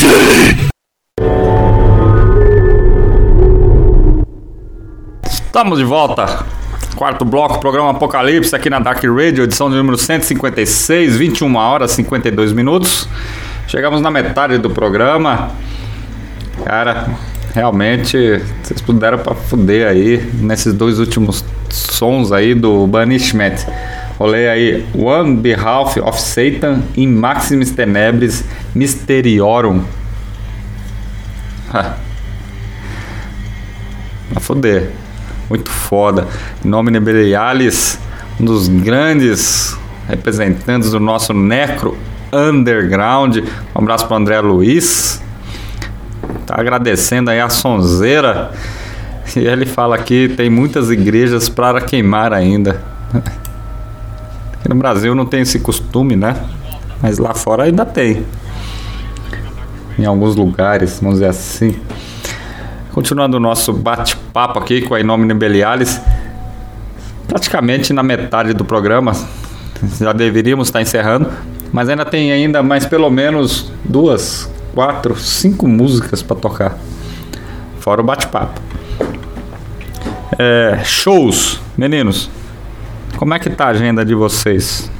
Estamos de volta. Quarto bloco, programa Apocalipse aqui na Dark Radio, edição de número 156, 21 horas 52 minutos. Chegamos na metade do programa. Cara, realmente vocês puderam pra fuder aí nesses dois últimos sons aí do Banishment. Rolei aí One Behalf of Satan in Maximis Tenebris Mysteriorum. Pra fuder. Muito foda. Em nome de Belialis, um dos grandes representantes do nosso Necro Underground. Um abraço para o André Luiz. Tá agradecendo aí a sonzeira. E ele fala que tem muitas igrejas para queimar ainda. Aqui no Brasil não tem esse costume, né? Mas lá fora ainda tem. Em alguns lugares, vamos dizer assim. Continuando o nosso bate-papo aqui com a In Nomine Belialis, praticamente na metade do programa, já deveríamos estar encerrando, mas ainda tem mais pelo menos 2, 4, 5 músicas para tocar, fora o bate-papo. Shows, meninos, como é que tá a agenda de vocês?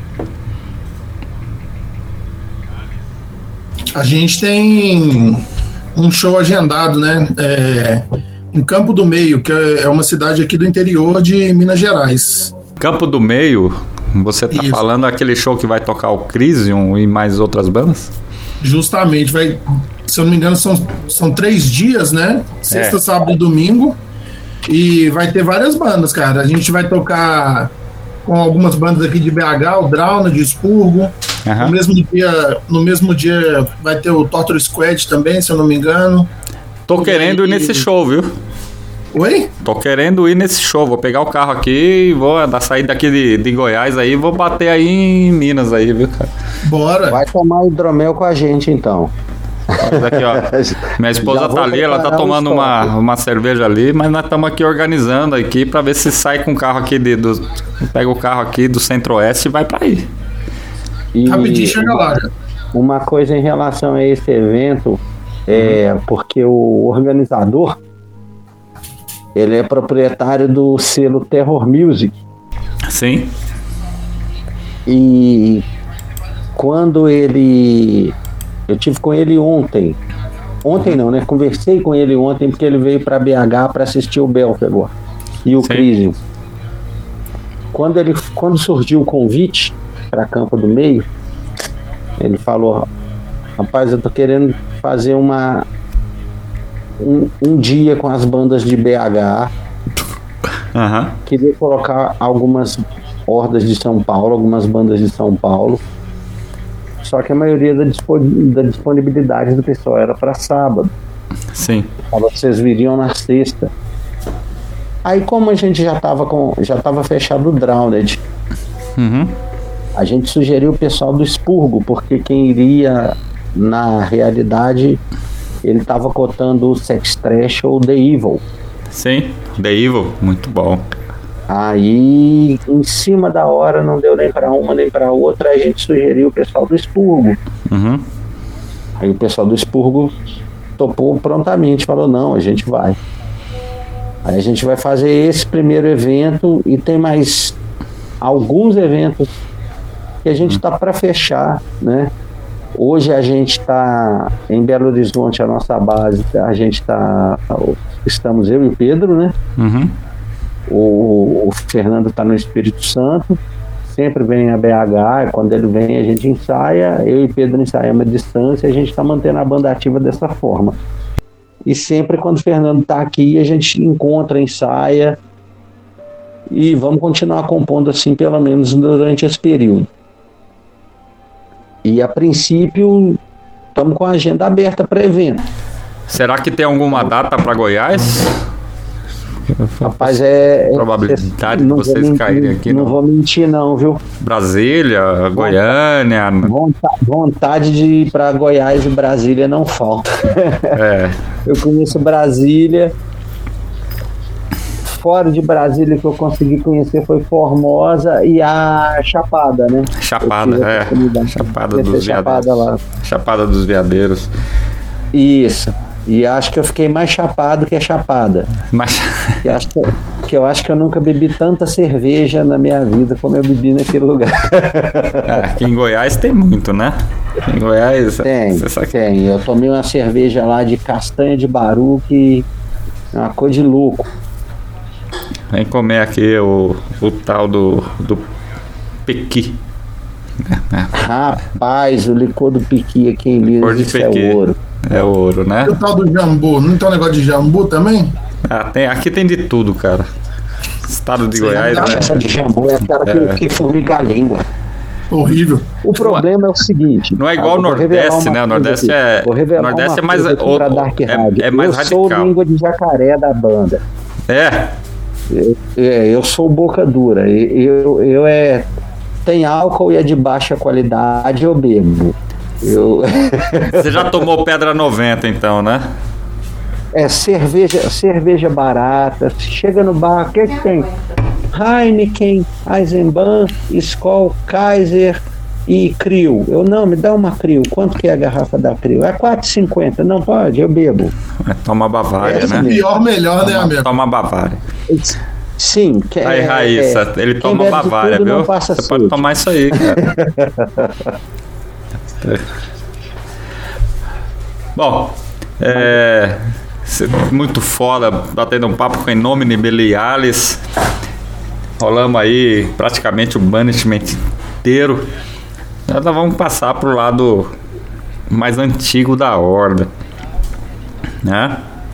A gente tem um show agendado, né? Em Campo do Meio, que é uma cidade aqui do interior de Minas Gerais. Campo do Meio, você tá Isso. falando aquele show que vai tocar o Crisium e mais outras bandas? Justamente, se eu não me engano, são 3 dias, né? Sexta, sábado e domingo. E vai ter várias bandas, cara. A gente vai tocar com algumas bandas aqui de BH, o Drauna, de Expurgo. Uhum. No mesmo dia vai ter o Torture Squad também, se eu não me engano. Tô querendo ir nesse show, viu? Oi? Tô querendo ir nesse show. Vou pegar o carro aqui e vou sair daqui de Goiás aí e vou bater aí em Minas aí, viu, cara? Bora. Vai tomar hidromel com a gente, então. Aqui, ó. Minha esposa tá ali, ela tá tomando uma cerveja ali, mas nós estamos aqui organizando aqui pra ver se sai com o carro aqui pega o carro aqui do Centro-Oeste e vai pra aí. Rapidinho, chega lá. Uma coisa em relação a esse evento porque o organizador ele é proprietário do selo Terror Music. Sim. E quando eu tive com ele ontem não, né? Conversei com ele ontem porque ele veio para BH para assistir o Belfegor e o Crisium. Quando surgiu o convite para Campo do Meio, ele falou: rapaz, eu tô querendo fazer um dia com as bandas de BH. Uhum. Queria colocar algumas hordas de São Paulo, algumas bandas de São Paulo, só que a maioria da disponibilidade do pessoal era para sábado. Sim. Vocês viriam na sexta. Aí, como a gente já tava fechado o Drowned, uhum. A gente sugeriu o pessoal do Expurgo, porque quem iria, na realidade, ele estava cotando o Sex Trash ou The Evil. Sim, The Evil, muito bom. Aí, em cima da hora, não deu nem para uma nem para outra, a gente sugeriu o pessoal do Expurgo. Uhum. Aí o pessoal do Expurgo topou prontamente, falou: não, a gente vai. Aí a gente vai fazer esse primeiro evento e tem mais alguns eventos que a gente está para fechar, né? Hoje a gente está em Belo Horizonte, a nossa base, estamos eu e o Pedro, né? Uhum. O Fernando está no Espírito Santo, sempre vem a BH, quando ele vem a gente ensaia, eu e Pedro ensaiamos à distância, e a gente está mantendo a banda ativa dessa forma. E sempre quando o Fernando está aqui, a gente encontra, ensaia, e vamos continuar compondo assim, pelo menos durante esse período. E a princípio estamos com a agenda aberta para evento. Será que tem alguma data para Goiás? Rapaz, probabilidade de vocês caírem aqui. Não vou mentir não, viu? Brasília, Goiânia. Vontade de ir para Goiás e Brasília não falta. É. Eu conheço Brasília fora de Brasília que eu consegui conhecer foi Formosa e a Chapada, né? Chapada dos Veadeiros. Chapada dos Veadeiros. Isso. E acho que eu fiquei mais chapado que a Chapada. Eu acho que eu nunca bebi tanta cerveja na minha vida como eu bebi naquele lugar. Aqui em Goiás tem muito, né? Em Goiás... Tem. Eu tomei uma cerveja lá de castanha de baru que é uma coisa de louco. Vem comer aqui o tal do pequi. Rapaz, o licor do pequi aqui em Minas, isso é ouro. É ouro, né? E o tal do jambu? Não tem um negócio de jambu também? Aqui tem de tudo, cara. Estado de Goiás, né? Essa de jambu é aquela que formiga a língua. Horrível. O problema é o seguinte... Não é igual o Nordeste, né? O Nordeste é... Nordeste é mais... É mais radical. Eu sou língua de jacaré da banda. Eu sou boca dura. Tem álcool e é de baixa qualidade, eu bebo. Você já tomou Pedra 90, então, né? Cerveja barata. Chega no bar, o que tem? Heineken, Eisenbahn, Skol, Kaiser e Crio. Me dá uma Crio. Quanto que é a garrafa da Crio? É R$4,50. Não pode, eu bebo. Toma Bavária, né? Pior, melhor, né, amigo? Toma Bavária. Sim. Aí, Raíssa, ele toma Bavária, viu? Você pode tomar isso aí, cara. Bom, muito foda, batendo um papo com Inomine Belialis. Rolamos aí praticamente o banishment inteiro. Nós vamos passar pro lado mais antigo da Horda, né?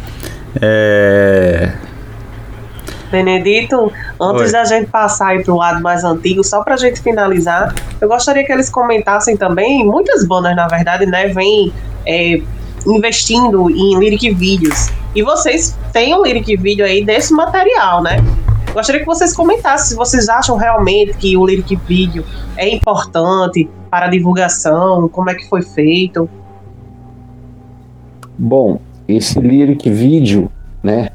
Benedito, antes da gente passar aí pro lado mais antigo, só pra gente finalizar, eu gostaria que eles comentassem também, muitas bandas, na verdade, né, vêm investindo em lyric videos. E vocês têm um lyric video aí desse material, né? Gostaria que vocês comentassem se vocês acham realmente que o lyric video é importante para a divulgação, como é que foi feito. Bom, esse lyric video, né,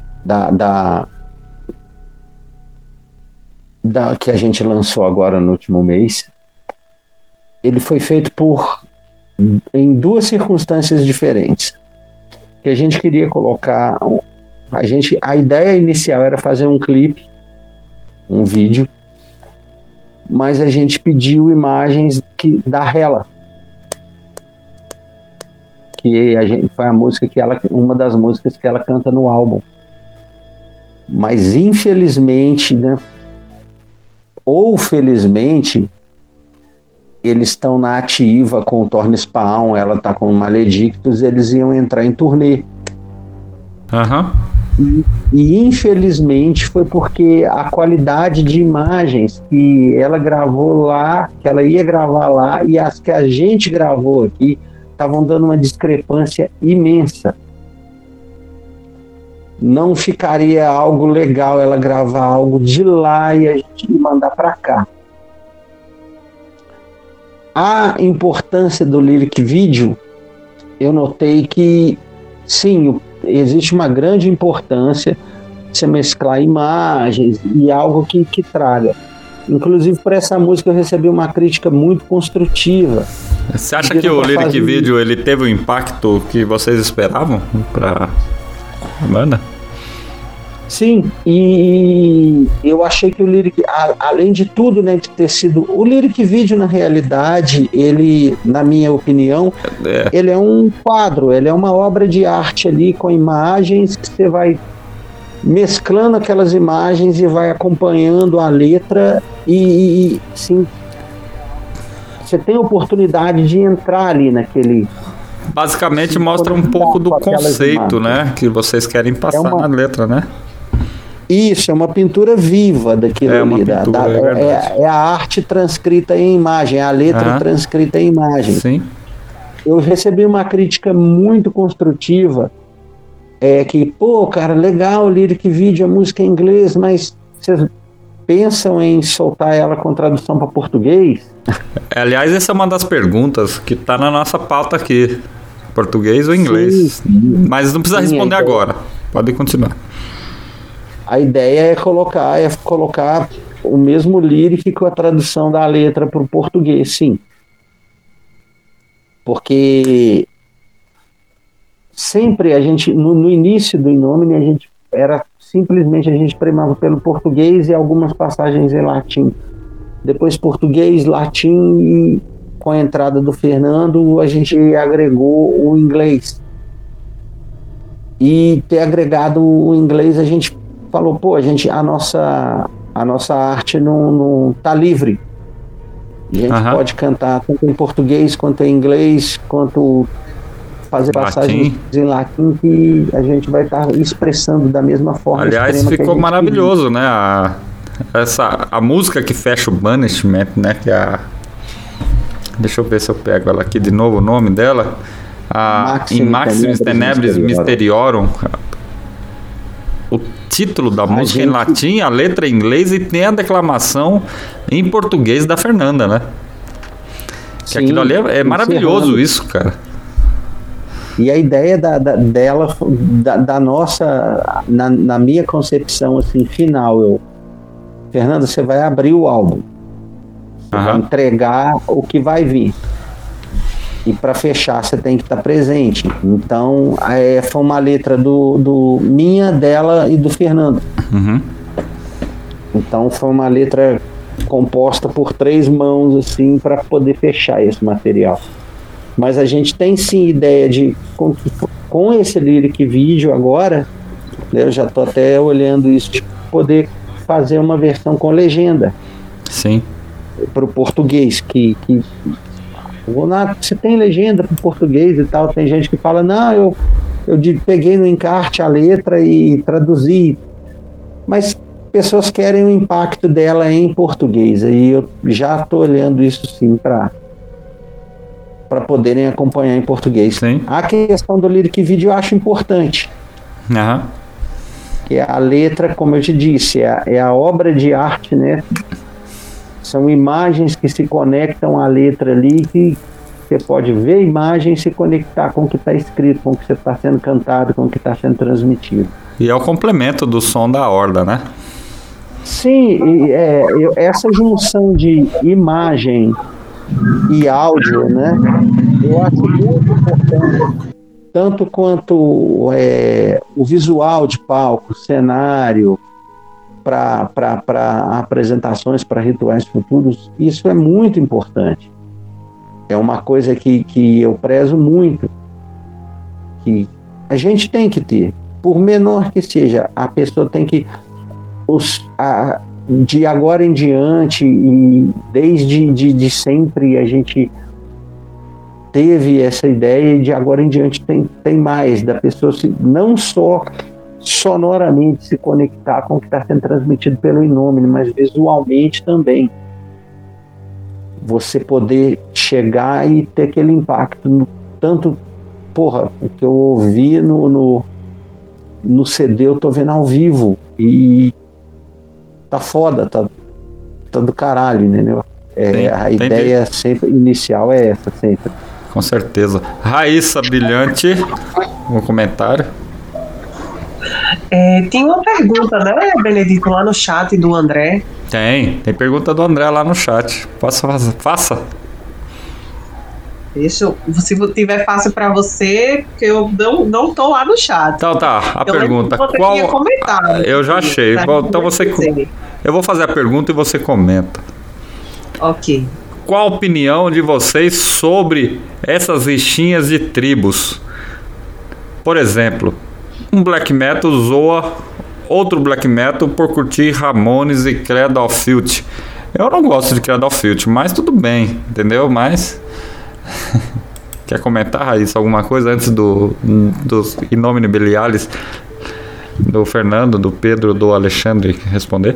que a gente lançou agora no último mês, ele foi feito em duas circunstâncias diferentes. Que a gente queria colocar, a ideia inicial era fazer um clipe, um vídeo, mas a gente pediu imagens da Hela, que foi a música uma das músicas que ela canta no álbum. Mas infelizmente, né, ou felizmente, eles estão na ativa com o Torne Spawn, ela está com o Maledictus, eles iam entrar em turnê. E infelizmente foi porque a qualidade de imagens que ela gravou lá, que ela ia gravar lá, e as que a gente gravou aqui, estavam dando uma discrepância imensa. Não ficaria algo legal ela gravar algo de lá e a gente mandar para cá. A importância do lyric video, eu notei que, sim, existe uma grande importância de você mesclar imagens e algo que traga. Inclusive, por essa música eu recebi uma crítica muito construtiva. Você acha que o lyric video ele teve o impacto que vocês esperavam para a banda? Sim, e eu achei que o lyric, além de tudo, né, de ter sido... O lyric video, na realidade, ele, na minha opinião, ele é um quadro, ele é uma obra de arte ali com imagens que você vai mesclando aquelas imagens e vai acompanhando a letra e sim, você tem a oportunidade de entrar ali naquele... Basicamente mostra um pouco do conceito, né, que vocês querem passar na letra, né? Isso, é uma pintura viva daquilo ali. É a arte transcrita em imagem, a letra transcrita em imagem. Sim. Eu recebi uma crítica muito construtiva, que, cara, legal o lyric video, a música em inglês, mas vocês pensam em soltar ela com tradução para português? Aliás, essa é uma das perguntas que está na nossa pauta aqui. Português ou inglês? Sim. Mas não precisa responder agora. Pode continuar. a ideia é colocar o mesmo lyric com a tradução da letra para o português, sim. Porque sempre a gente, no início do Inomine, a gente primava pelo português e algumas passagens em latim. Depois português, latim, e com a entrada do Fernando a gente agregou o inglês. E ter agregado o inglês, a gente falou, a nossa arte não tá livre. A gente pode cantar tanto em português, quanto em inglês, quanto fazer passagens em latim, que a gente vai estar expressando da mesma forma. Aliás, ficou maravilhoso, né? A música que fecha o Banishment, né? Que é deixa eu ver se eu pego ela aqui de novo, o nome dela. In Maximis Tenebris Mysteriorum. O título da música em latim, a letra em inglês e tem a declamação em português da Fernanda, né? Que sim, aquilo ali é maravilhoso isso, cara. E a ideia dela, da nossa, na minha concepção assim, final, Fernanda, você vai abrir o álbum, você vai entregar o que vai vir. E para fechar você tem que estar presente. Então foi uma letra minha, dela e do Fernando. Então foi uma letra composta por 3 mãos assim para poder fechar esse material. Mas a gente tem sim ideia de com esse lyric vídeo agora, eu já estou até olhando isso, de poder fazer uma versão com legenda. Sim. Para o português que você tem legenda para o português e tal, tem gente que fala, não, eu peguei no encarte a letra e traduzi, mas pessoas querem o impacto dela em português, aí eu já estou olhando isso sim para poderem acompanhar em português. Sim. A questão do lyric vídeo eu acho importante, que a letra, como eu te disse, é a obra de arte, né? São imagens que se conectam à letra ali, que você pode ver a imagem e se conectar com o que está escrito, com o que está sendo cantado, com o que está sendo transmitido. E é o complemento do som da Horda, né? Sim, essa junção de imagem e áudio, né? Eu acho muito importante, tanto quanto o visual de palco, cenário, para apresentações, para rituais futuros, isso é muito importante. É uma coisa que eu prezo muito, que a gente tem que ter, por menor que seja, a pessoa tem que, de agora em diante, e desde de sempre, a gente teve essa ideia, e de agora em diante tem mais, da pessoa não só sonoramente se conectar com o que está sendo transmitido pelo Inomine, mas visualmente também. Você poder chegar e ter aquele impacto, tanto, o que eu ouvi no CD, eu tô vendo ao vivo, e tá foda, tá do caralho, entendeu? A ideia sempre inicial é essa, sempre. Com certeza. Raíssa Brilhante, um comentário. Tem uma pergunta, né, Benedito, lá no chat do André. Tem pergunta do André lá no chat. Faça. Deixa se tiver fácil para você, porque eu não tô lá no chat. Então tá, a pergunta. Qual? Comentar, eu já achei. Então eu vou fazer a pergunta e você comenta. Ok. Qual a opinião de vocês sobre essas listinhas de tribos? Por exemplo, um black metal zoa outro black metal por curtir Ramones e Cradle of Filth. Eu não gosto de Cradle of Filth, mas tudo bem, entendeu? Mas quer comentar, Raíssa, alguma coisa antes dos Inomine Belialis, do Fernando, do Pedro, do Alexandre responder?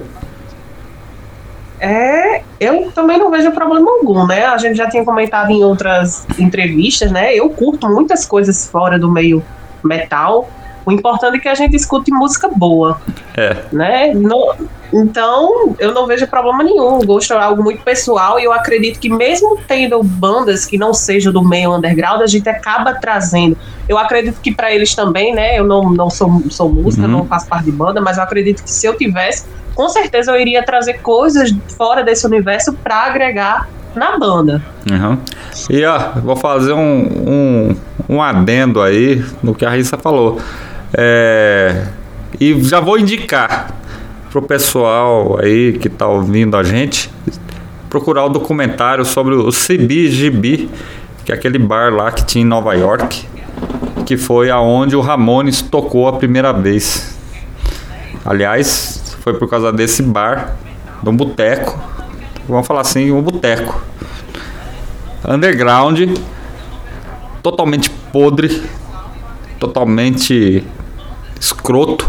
Eu também não vejo problema algum, né? A gente já tinha comentado em outras entrevistas, né? Eu curto muitas coisas fora do meio metal. O importante é que a gente escute música boa. Né? Então, eu não vejo problema nenhum. O gosto é algo muito pessoal e eu acredito que mesmo tendo bandas que não sejam do meio underground, a gente acaba trazendo. Eu acredito que para eles também, né? Eu não sou música, não faço parte de banda, mas eu acredito que se eu tivesse, com certeza eu iria trazer coisas fora desse universo para agregar na banda. Uhum. E ó, vou fazer um adendo aí no que a Raíssa falou. E já vou indicar pro pessoal aí que tá ouvindo a gente procurar o documentário sobre o CBGB, que é aquele bar lá que tinha em Nova York, que foi aonde o Ramones tocou a primeira vez. Aliás, foi por causa desse bar, de um boteco, vamos falar assim, um boteco underground, totalmente podre, totalmente escroto,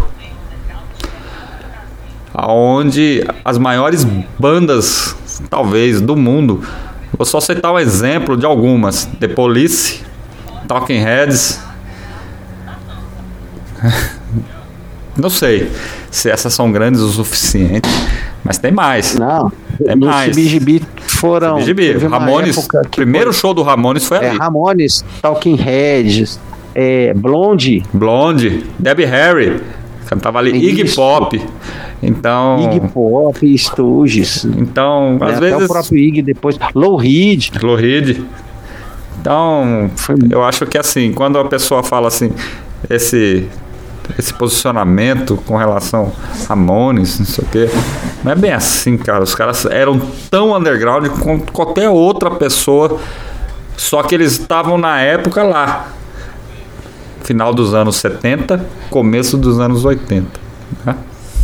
aonde as maiores bandas, talvez, do mundo, vou só citar um exemplo de algumas: The Police, Talking Heads, não sei se essas são grandes o suficiente, mas tem mais. Não, tem no mais. CBGB foram... CBGB, Ramones, o primeiro show do Ramones foi ali. Ramones, Talking Heads, Blonde, Debbie Harry, cantava ali, Iggy Pop. Então, Iggy Pop, Stooges. Então, às vezes, até o próprio Iggy depois, Lou Reed. Então, eu acho que assim, quando a pessoa fala assim, esse posicionamento com relação a Ramones, não sei o que, não é bem assim, cara. Os caras eram tão underground quanto qualquer outra pessoa, só que eles estavam na época lá, final dos anos 70, começo dos anos 80, né?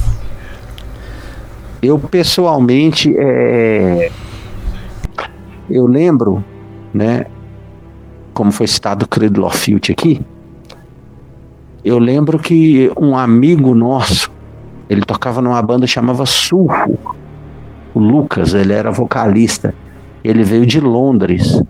Eu pessoalmente eu lembro, né, como foi citado o Cradle of Filth aqui, eu lembro que um amigo nosso, ele tocava numa banda que chamava Sulfo, o Lucas, ele era vocalista, ele veio de Londres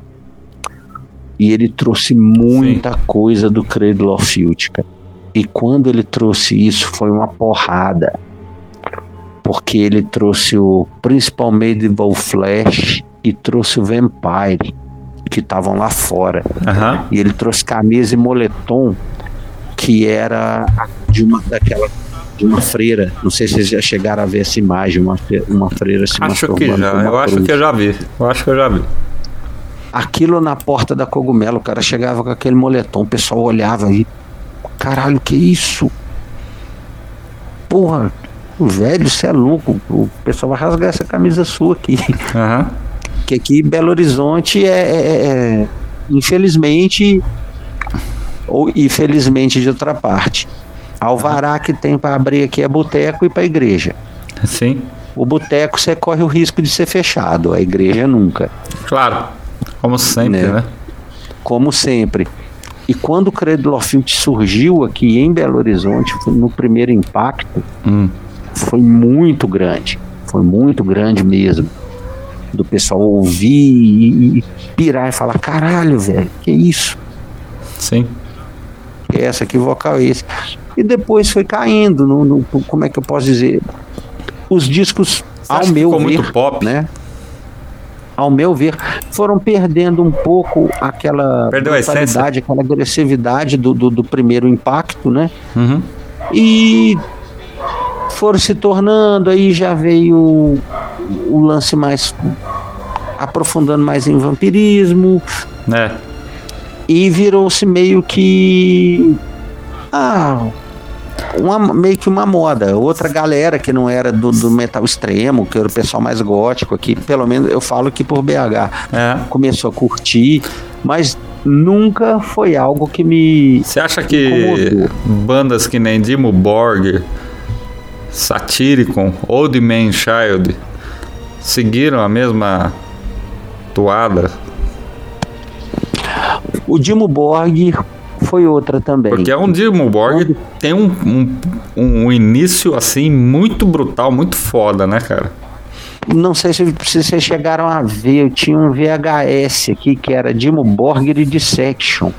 e ele trouxe muita coisa do Cradle of Filth, cara. E quando ele trouxe isso foi uma porrada, porque ele trouxe o Principal Medieval Flash e trouxe o Vampire, que estavam lá fora. E ele trouxe camisa e moletom que era de uma freira. Não sei se vocês já chegaram a ver essa imagem, uma freira se masturbando. Eu acho que eu já vi. Aquilo na porta da Cogumelo, o cara chegava com aquele moletom, o pessoal olhava aí, caralho, que isso? Porra, velho, você é louco, o pessoal vai rasgar essa camisa sua aqui. Que aqui em Belo Horizonte infelizmente, ou infelizmente de outra parte, alvará que tem para abrir aqui é boteco e para igreja. Sim. O boteco você corre o risco de ser fechado, a igreja nunca. Claro, como sempre, né? Como sempre. E quando o Cradle of Filth surgiu aqui em Belo Horizonte, no primeiro impacto, foi muito grande mesmo, do pessoal ouvir e pirar e falar, caralho, velho, que isso? Sim. Que vocal é esse? E depois foi caindo no como é que eu posso dizer? Os discos, ao meu ver, muito pop, né? Ao meu ver, foram perdendo um pouco aquela brutalidade, aquela agressividade do primeiro impacto, né? E foram se tornando, aí já veio o lance mais aprofundando mais em vampirismo, né? E virou-se meio que meio que uma moda. Outra galera que não era do metal extremo, que era o pessoal mais gótico aqui, pelo menos eu falo aqui por BH, começou a curtir, mas nunca foi algo que me... Você acha que incomodou. Bandas que nem Dimmu Borgir, Satyricon, Old Man Child seguiram a mesma toada? O Dimmu Borgir foi outra também. Porque o Dimmu Borgir tem um início assim muito brutal, muito foda, né, cara? Não sei se vocês chegaram a ver, eu tinha um VHS aqui que era Dimmu Borgir e Dissection.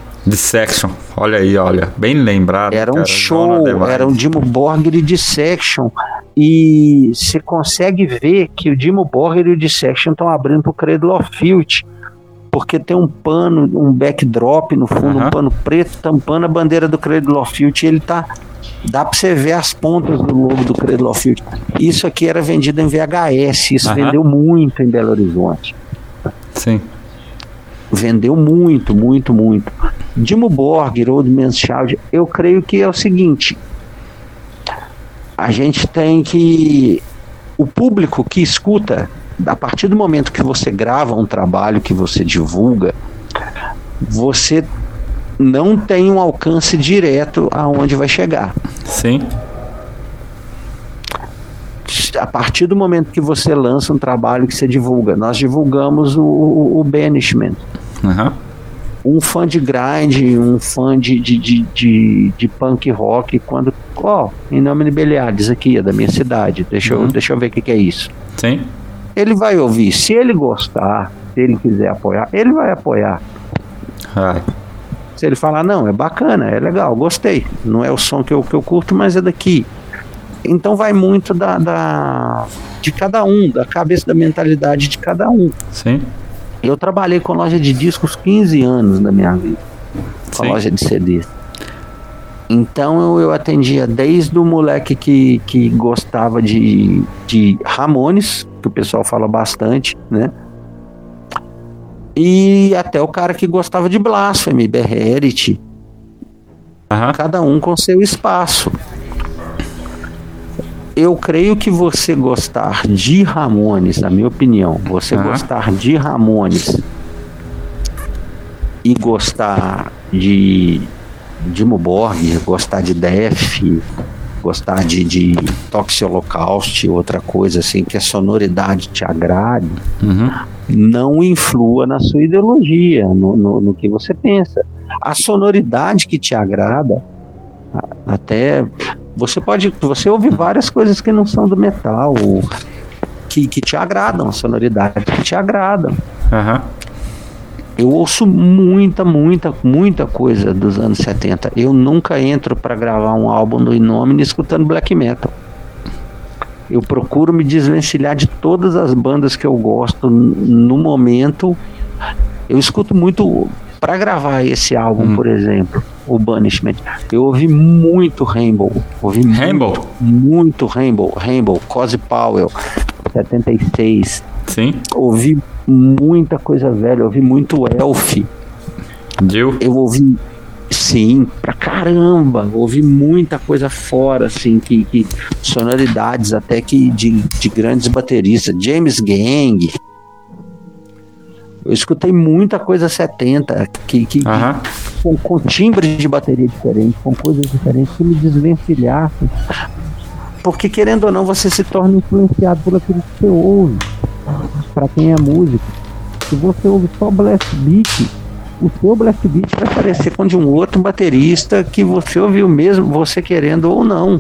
Olha aí, bem lembrado. Era um show, era um Dimmu Borgir e Dissection. E você consegue ver que o Dimmu Borgir e o Dissection estão abrindo pro Cradle of Filth, porque tem um pano, um backdrop no fundo, um pano preto tampando a bandeira do Cradle of Filth, e ele tá... Dá pra você ver as pontas do logo do Cradle of Filth. Isso aqui era vendido em VHS, isso vendeu muito em Belo Horizonte. Sim. Vendeu muito, muito, muito. Dimmu Borgir, Old Man's Child, eu creio que é o seguinte: a gente tem que... O público que escuta, a partir do momento que você grava um trabalho, que você divulga, você não tem um alcance direto aonde vai chegar. Sim. A partir do momento que você lança um trabalho que você divulga, nós divulgamos o Banishment. Um fã de grind, um fã de punk rock, quando, em nome de Beliades aqui, é da minha cidade, deixa eu ver o que é isso. Sim. Ele vai ouvir, se ele gostar, se ele quiser apoiar, ele vai apoiar. Se ele falar, não, é bacana, é legal, gostei, não é o som que eu curto, mas é daqui. Então vai muito de cada um, da cabeça, da mentalidade de cada um. Sim. Eu trabalhei com loja de discos 15 anos na minha vida, com loja de CDs. Então eu atendia desde o moleque que gostava de Ramones, que o pessoal fala bastante, né? E até o cara que gostava de Blasphemy, Beherit. Cada um com seu espaço. Eu creio que você gostar de Ramones, na minha opinião, você gostar de Ramones e gostar de Dimmu Borgir, gostar de Def, gostar de Toxic Holocaust, outra coisa assim, que a sonoridade te agrade, não influa na sua ideologia, no que você pensa. A sonoridade que te agrada, até você ouve várias coisas que não são do metal, que te agradam, a sonoridade que te agradam. Eu ouço muita coisa dos anos 70. Eu nunca entro para gravar um álbum do Inomine escutando black metal. Eu procuro me desvencilhar de todas as bandas que eu gosto no momento. Eu escuto muito para gravar esse álbum, por exemplo, o Banishment. Eu ouvi muito Rainbow. Muito Rainbow, Cozy Powell, 76. Sim. Ouvi muita coisa velha, ouvi muito Elf. Eu ouvi, sim, pra caramba. Ouvi muita coisa fora, assim, que sonoridades até que de grandes bateristas. James Gang. Eu escutei muita coisa 70 com timbre de bateria diferente, com coisas diferentes que me desvencilhassem. Porque, querendo ou não, você se torna influenciado por aquilo que você ouve. Para quem é músico, se você ouve só blast beat, o seu blast beat vai parecer com de um outro baterista que você ouviu mesmo, você querendo ou não.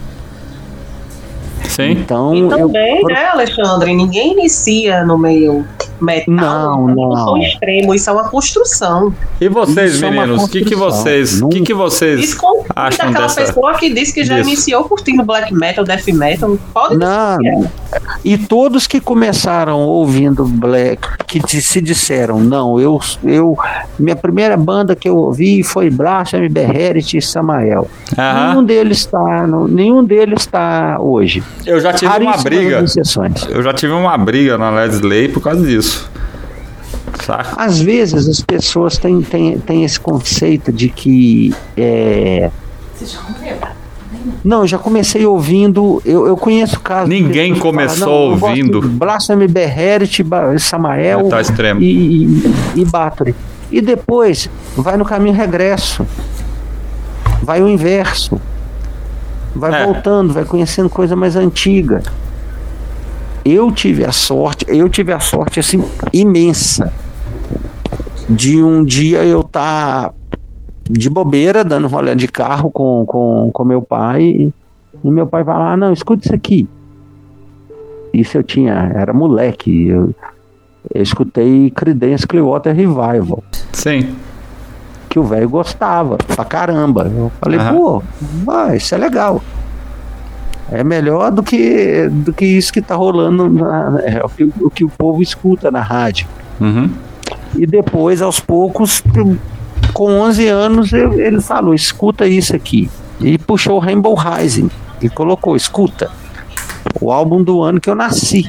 Sim. Então, e também, né, Alexandre? Ninguém inicia no meio metal. Não. Extremo, isso é uma construção. E vocês, meninos, o que vocês acham daquela pessoa que disse que já iniciou curtindo black metal, death metal? Pode dizer. E todos que começaram ouvindo black, que se disseram, não, minha primeira banda que eu ouvi foi Blasphemy, Beherit e Samael. Nenhum deles está hoje. Eu já tive uma briga. Eu já tive uma briga na Led Slay por causa disso. Saca? Às vezes as pessoas têm esse conceito de que Você já ouviu? Não, eu já comecei ouvindo. Eu conheço casos. Ninguém começou ouvindo. Blasphemy, Beherit, Samael e Bathory. E depois vai no caminho regresso. Vai o inverso. Vai voltando, vai conhecendo coisa mais antiga. Eu tive a sorte assim, imensa, de um dia eu estar de bobeira, dando rolê de carro com meu pai, e meu pai vai lá, não, escuta isso aqui. Isso era moleque, eu escutei Creedence Clearwater Revival. Sim. Que o velho gostava pra caramba. Eu falei, isso é legal. É melhor do que isso que tá rolando, o que o povo escuta na rádio. Uhum. E depois, aos poucos, com 11 anos, ele falou, escuta isso aqui. E puxou o Rainbow Rising e colocou, escuta, o álbum do ano que eu nasci,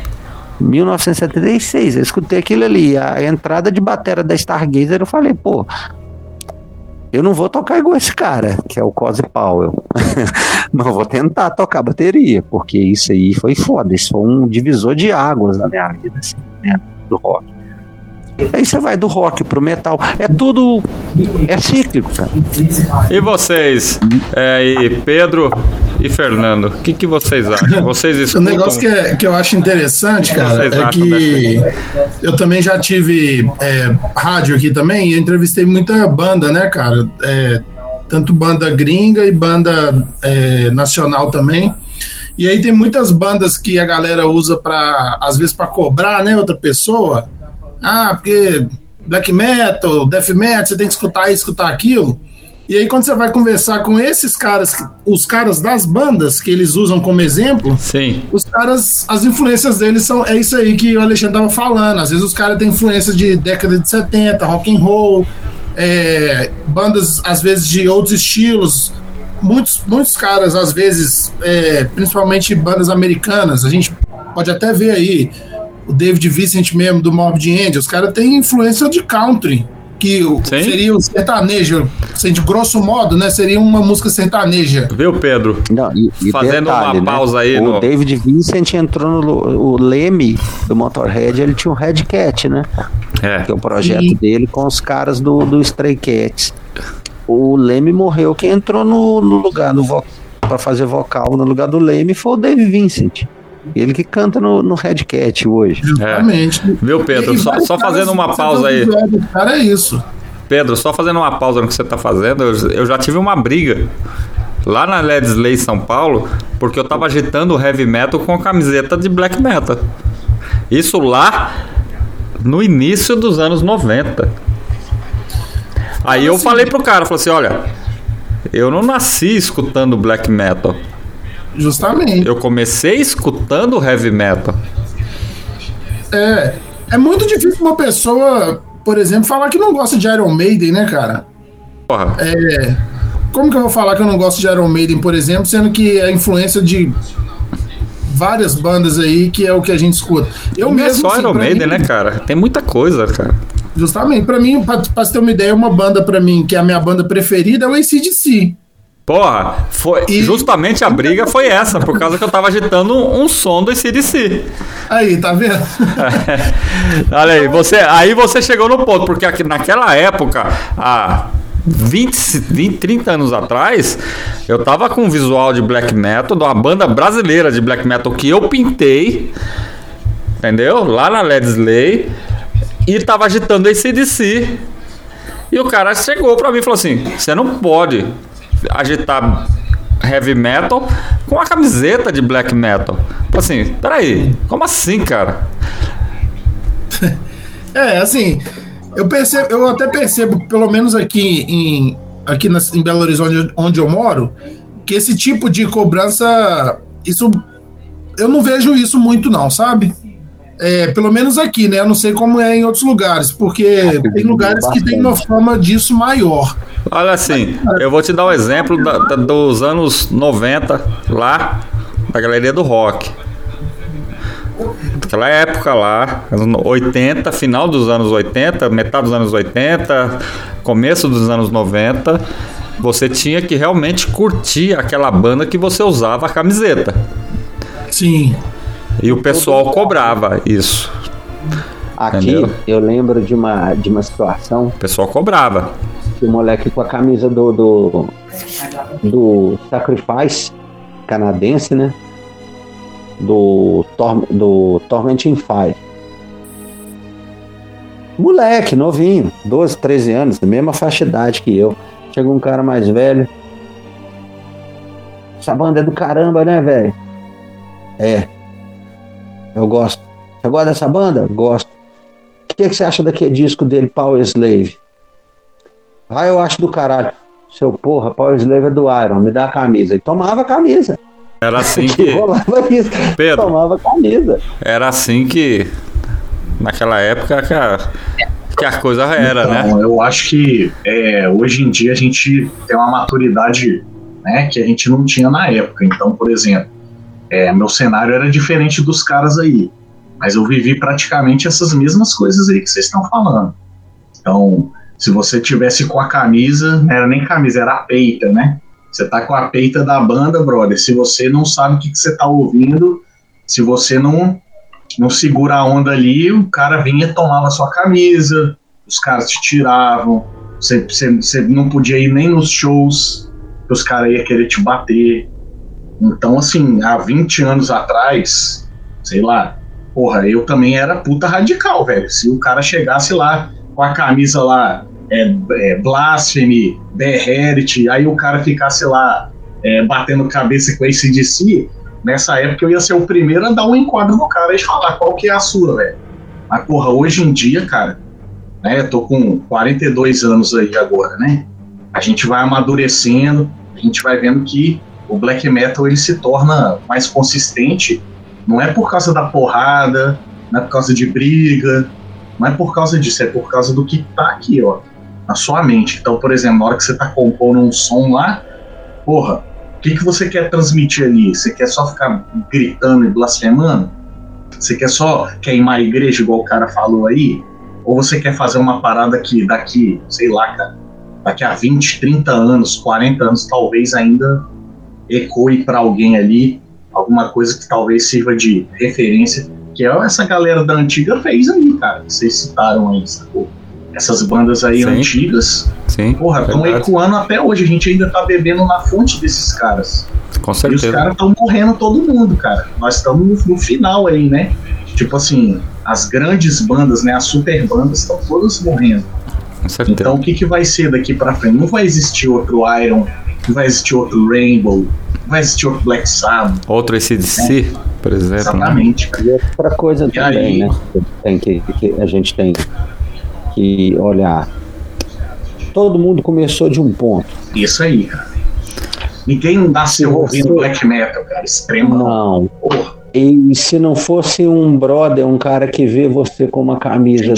1976. Eu escutei aquilo ali, a entrada de bateria da Stargazer, eu falei, pô, eu não vou tocar igual esse cara, que é o Cozy Powell. Mas eu vou tentar tocar bateria, porque isso aí foi foda. Isso foi um divisor de águas na minha vida, assim, né, do rock. Aí você vai do rock pro metal. É tudo... É cíclico, cara. E vocês, e Pedro e Fernando, o que vocês acham? Vocês escutam? O negócio que eu acho interessante, cara, é que eu também já tive rádio aqui também, e eu entrevistei muita banda, né, cara? Tanto banda gringa e banda nacional também. E aí tem muitas bandas que a galera usa às vezes para cobrar, né, outra pessoa. Porque black metal, death metal, você tem que escutar aquilo. E aí quando você vai conversar com esses caras, os caras das bandas que eles usam como exemplo, sim, os caras, as influências deles é isso aí que o Alexandre tava falando. Às vezes os caras têm influência de década de 70, rock and roll, bandas às vezes de outros estilos. Muitos caras, às vezes, principalmente bandas americanas, a gente pode até ver aí o David Vincent mesmo, do Morbid Angel, os caras têm influência de country, que seria o sertanejo, assim, de grosso modo, né, seria uma música sertaneja. Viu, Pedro? Não, e fazendo detalhe, uma pausa aí. O David Vincent entrou o Leme do Motorhead, ele tinha um Red Cat, né? Que é o projeto dele com os caras do Stray Cats. O Leme morreu, quem entrou no lugar para fazer vocal no lugar do Leme foi o David Vincent. Ele que canta no Red Cat hoje. Exatamente. Viu, Pedro? Só fazendo uma pausa aí. Cara, é isso. Pedro, só fazendo uma pausa no que você tá fazendo, eu já tive uma briga lá na Led Slay São Paulo, porque eu tava agitando o heavy metal com a camiseta de black metal. Isso lá no início dos anos 90. Aí eu falei pro cara, falei assim, olha, eu não nasci escutando black metal. Justamente. Eu comecei escutando heavy metal. É muito difícil uma pessoa, por exemplo, falar que não gosta de Iron Maiden, né, cara? Porra. Como que eu vou falar que eu não gosto de Iron Maiden, por exemplo, sendo que a influência de várias bandas aí, que é o que a gente escuta. Eu não mesmo, é só Iron Maiden, né, cara? Tem muita coisa, cara. Justamente. Pra mim, pra você ter uma ideia, uma banda pra mim, que é a minha banda preferida, é o AC/DC. Porra, justamente a briga foi essa, por causa que eu tava agitando um som do AC/DC. Aí, tá vendo? Olha aí, você chegou no ponto, porque naquela época, há 30 anos atrás, eu tava com um visual de black metal, de uma banda brasileira de black metal que eu pintei, entendeu? Lá na Led Slay, e tava agitando AC/DC. E o cara chegou pra mim e falou assim, você não pode agitar heavy metal com a camiseta de black metal. Assim, peraí, como assim, cara? Assim, eu até percebo, pelo menos aqui em Belo Horizonte, onde eu moro, que esse tipo de cobrança, eu não vejo isso muito não, sabe? Pelo menos aqui, né? Eu não sei como é em outros lugares, porque tem lugares que tem uma forma disso maior. Olha assim, eu vou te dar um exemplo dos anos 90, lá, da galeria do rock. Naquela época lá, 80, final dos anos 80, metade dos anos 80, começo dos anos 90, você tinha que realmente curtir aquela banda que você usava a camiseta. Sim. E o pessoal cobrava isso. Aqui, entendeu? Eu lembro de uma situação. O pessoal cobrava. O moleque com a camisa do Sacrifice canadense, né? Do Tormenting Fire. Moleque, novinho, 12, 13 anos, da mesma faixa de idade que eu. Chega um cara mais velho. Essa banda é do caramba, né, velho? Eu gosto. Você gosta dessa banda? Gosto. O que você acha daquele disco dele, Power Slave? Eu acho do caralho. Seu porra, Power Slave é do Iron, me dá a camisa. E tomava a camisa. Era assim que rolava isso. Pedro, tomava camisa. era assim que naquela época que a coisa era, então, né? Eu acho que hoje em dia a gente tem uma maturidade, né, que a gente não tinha na época. Então, por exemplo, meu cenário era diferente dos caras aí, mas eu vivi praticamente essas mesmas coisas aí que vocês estão falando. Então, se você tivesse com a camisa, não era nem camisa, era a peita, né? Você tá com a peita da banda, brother. Se você não sabe o que você tá ouvindo, se você não segura a onda ali, o cara vinha e tomava sua camisa, os caras te tiravam, você não podia ir nem nos shows, que os caras iam querer te bater. Então, assim, há 20 anos atrás, sei lá, porra, eu também era puta radical, velho. Se o cara chegasse lá com a camisa lá, Blasphemy, Beherit, aí o cara ficasse lá batendo cabeça com esse AC/DC, nessa época eu ia ser o primeiro a dar um enquadro no cara e falar qual que é a sua, velho. Mas, porra, hoje em dia, cara, né, eu tô com 42 anos aí agora, né? A gente vai amadurecendo, a gente vai vendo que o black metal ele se torna mais consistente, não é por causa da porrada, não é por causa de briga, não é por causa disso, é por causa do que tá aqui, ó, na sua mente. Então, por exemplo, na hora que você tá compondo um som lá, porra, o que você quer transmitir ali? Você quer só ficar gritando e blasfemando? Você quer só queimar a igreja, igual o cara falou aí? Ou você quer fazer uma parada que daqui, sei lá, cara, daqui a 20, 30 anos, 40 anos, talvez ainda ecoe pra alguém ali, alguma coisa que talvez sirva de referência, que essa galera da antiga fez aí, cara, que vocês citaram aí, sacou? Essas bandas aí antigas, porra, estão ecoando até hoje, a gente ainda tá bebendo na fonte desses caras. Com certeza. E os caras estão morrendo todo mundo, cara. Nós estamos no final aí, né? Tipo assim, as grandes bandas, né, as super bandas estão todas morrendo. Com certeza. Então o que vai ser daqui pra frente? Não vai existir outro Iron, não vai existir outro Rainbow, não vai existir outro Black Sabbath. Outro AC/DC, por exemplo. Exatamente. Né? E outra coisa também, aí, né? Que a gente tem que olhar. Todo mundo começou de um ponto. Isso aí, cara. Ninguém nasceu ouvindo black metal, cara. Extremo. Não. Porra. E se não fosse um brother, um cara que vê você com uma camisa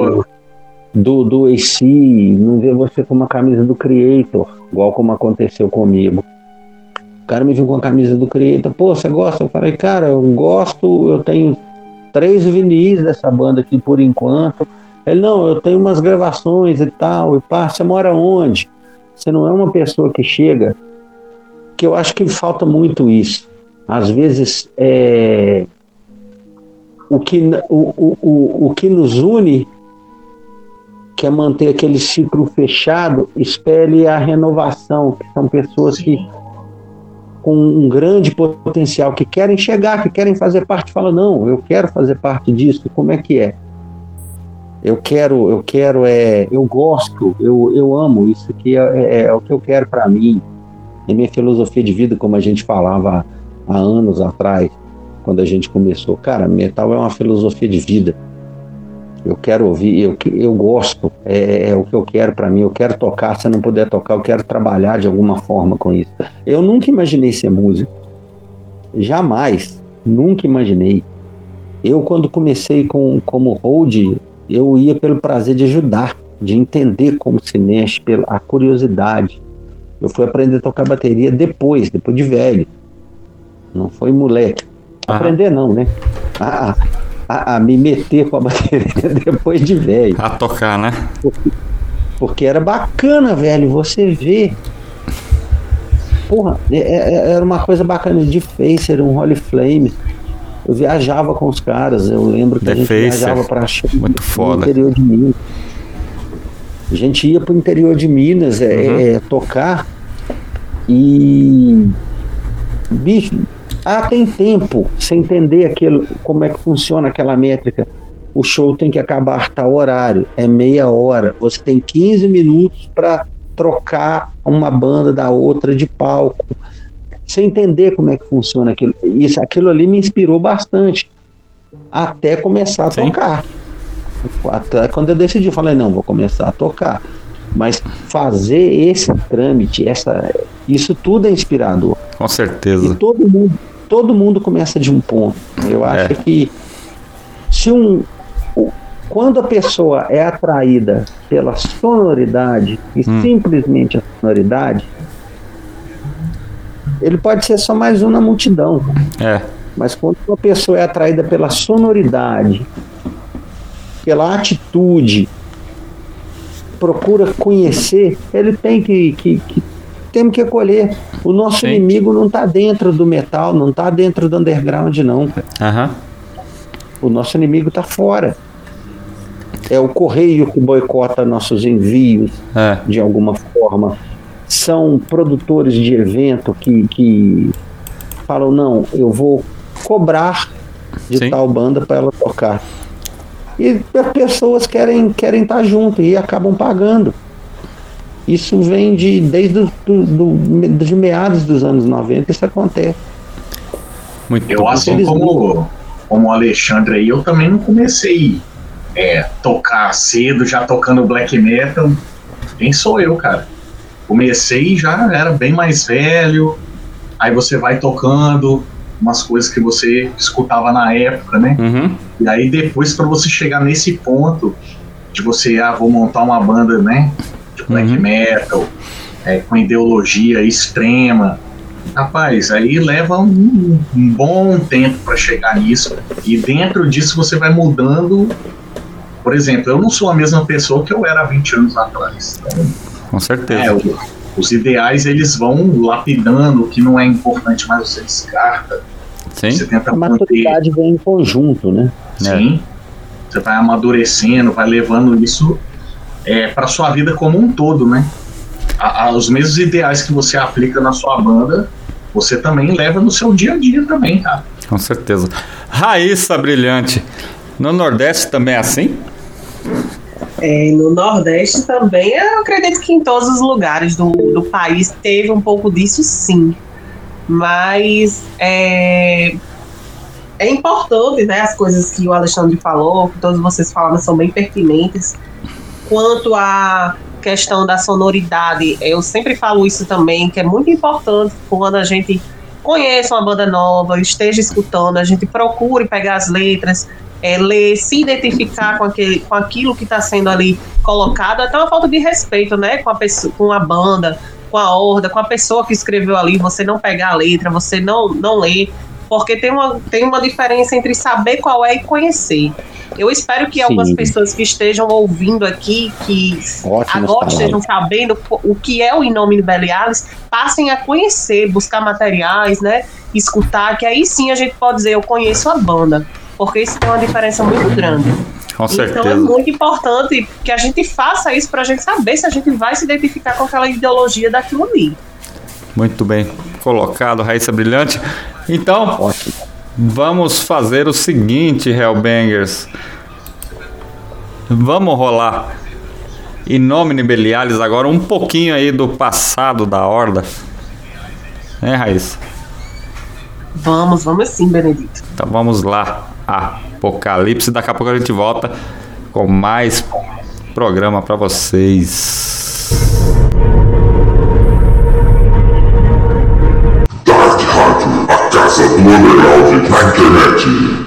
do AC, não vê você com uma camisa do Creator, igual como aconteceu comigo. O cara me viu com a camisa do Creator. Pô, você gosta? Eu falei, cara, eu gosto, eu tenho 3 vinis dessa banda aqui por enquanto. Ele, não, eu tenho umas gravações e tal, e pá, você mora onde? Você não é uma pessoa que chega, que eu acho que falta muito isso. Às vezes, o que nos une, que é manter aquele ciclo fechado, espelhe a renovação, que são pessoas que com um grande potencial, que querem chegar, que querem fazer parte, falam, não, eu quero fazer parte disso, como é que é? Eu gosto, eu amo, isso aqui é o que eu quero para mim. É minha filosofia de vida, como a gente falava há anos atrás, quando a gente começou. Cara, metal é uma filosofia de vida. Eu quero ouvir, eu gosto, é o que eu quero para mim. Eu quero tocar, se não puder tocar, eu quero trabalhar de alguma forma com isso. Eu nunca imaginei ser músico. Jamais, nunca imaginei. Eu, quando comecei como hold, eu ia pelo prazer de ajudar, de entender como se mexe, pela curiosidade. Eu fui aprender a tocar bateria depois de velho. Não foi moleque. Aprender não, né? A me meter com a bateria depois de velho. A tocar, né? Porque era bacana, velho, você vê. Porra, era uma coisa bacana de Facer, um Holy Flame. Eu viajava com os caras, eu lembro que a gente viajava pra muito foda. No interior de Minas. A gente ia pro interior de Minas tocar e... Bicho, tem tempo, você entender aquilo, como é que funciona aquela métrica. O show tem que acabar tal horário, é meia hora. Você tem 15 minutos para trocar uma banda da outra de palco. Você entender como é que funciona aquilo. Aquilo ali me inspirou bastante. Até começar a tocar. Até quando eu decidi, falei, não, vou começar a tocar. Mas fazer esse trâmite, isso tudo é inspirador. Com certeza. E todo mundo começa de um ponto. Eu acho que quando a pessoa é atraída pela sonoridade e simplesmente a sonoridade, ele pode ser só mais um na multidão. Mas quando uma pessoa é atraída pela sonoridade, pela atitude, procura conhecer, ele tem que acolher. O nosso inimigo não está dentro do metal, não está dentro do underground, não. O nosso inimigo está fora. É o correio que boicota nossos envios, de alguma forma. São produtores de evento que falam, não, eu vou cobrar de tal banda para ela tocar. E as pessoas querem estar junto e acabam pagando. Isso vem desde de meados dos anos 90, isso acontece. Eu, assim como o Alexandre aí, eu também não comecei tocar cedo, já tocando black metal. Quem sou eu, cara? Comecei já era bem mais velho, aí você vai tocando umas coisas que você escutava na época, né? E aí depois, para você chegar nesse ponto de você, vou montar uma banda, né, de black metal, com ideologia extrema, rapaz, aí leva um bom tempo para chegar nisso, e dentro disso você vai mudando. Por exemplo, eu não sou a mesma pessoa que eu era há 20 anos atrás. Então, com certeza. Os ideais, eles vão lapidando, o que não é importante, mas você descarta. Sim. Você tenta a maturidade vem em conjunto, né? Sim. Você vai amadurecendo, vai levando isso para sua vida como um todo, né? Os mesmos ideais que você aplica na sua banda, você também leva no seu dia a dia também, cara. Com certeza. Raíssa Brilhante, no Nordeste também é assim? No Nordeste também, eu acredito que em todos os lugares do país teve um pouco disso, sim. Mas é importante, né, as coisas que o Alexandre falou, que todos vocês falaram, são bem pertinentes. Quanto à questão da sonoridade, eu sempre falo isso também, que é muito importante quando a gente conheça uma banda nova, esteja escutando, a gente procure pegar as letras, ler, se identificar com aquilo que está sendo ali colocado. Até uma falta de respeito, né, com a pessoa, com a banda, com a horda, com a pessoa que escreveu ali, você não pegar a letra, você não ler, porque tem uma diferença entre saber qual é e conhecer. Eu espero que algumas pessoas que estejam ouvindo aqui, que agora estejam sabendo o que é o In Nomine Belialis, passem a conhecer, buscar materiais, né, escutar, que aí sim a gente pode dizer, eu conheço a banda. Porque isso tem uma diferença muito grande. Com certeza. Então é muito importante que a gente faça isso para a gente saber se a gente vai se identificar com aquela ideologia daquilo ali. Muito bem colocado, Raíssa Brilhante. Então, vamos fazer o seguinte, Hellbangers. Vamos rolar In Nomine Belialis agora, um pouquinho aí do passado da Horda. Raíssa? Vamos sim, Benedito. Então vamos lá. Apocalipse. Daqui a pouco a gente volta com mais programa para vocês. Dark Rádio, a casa do underground na internet.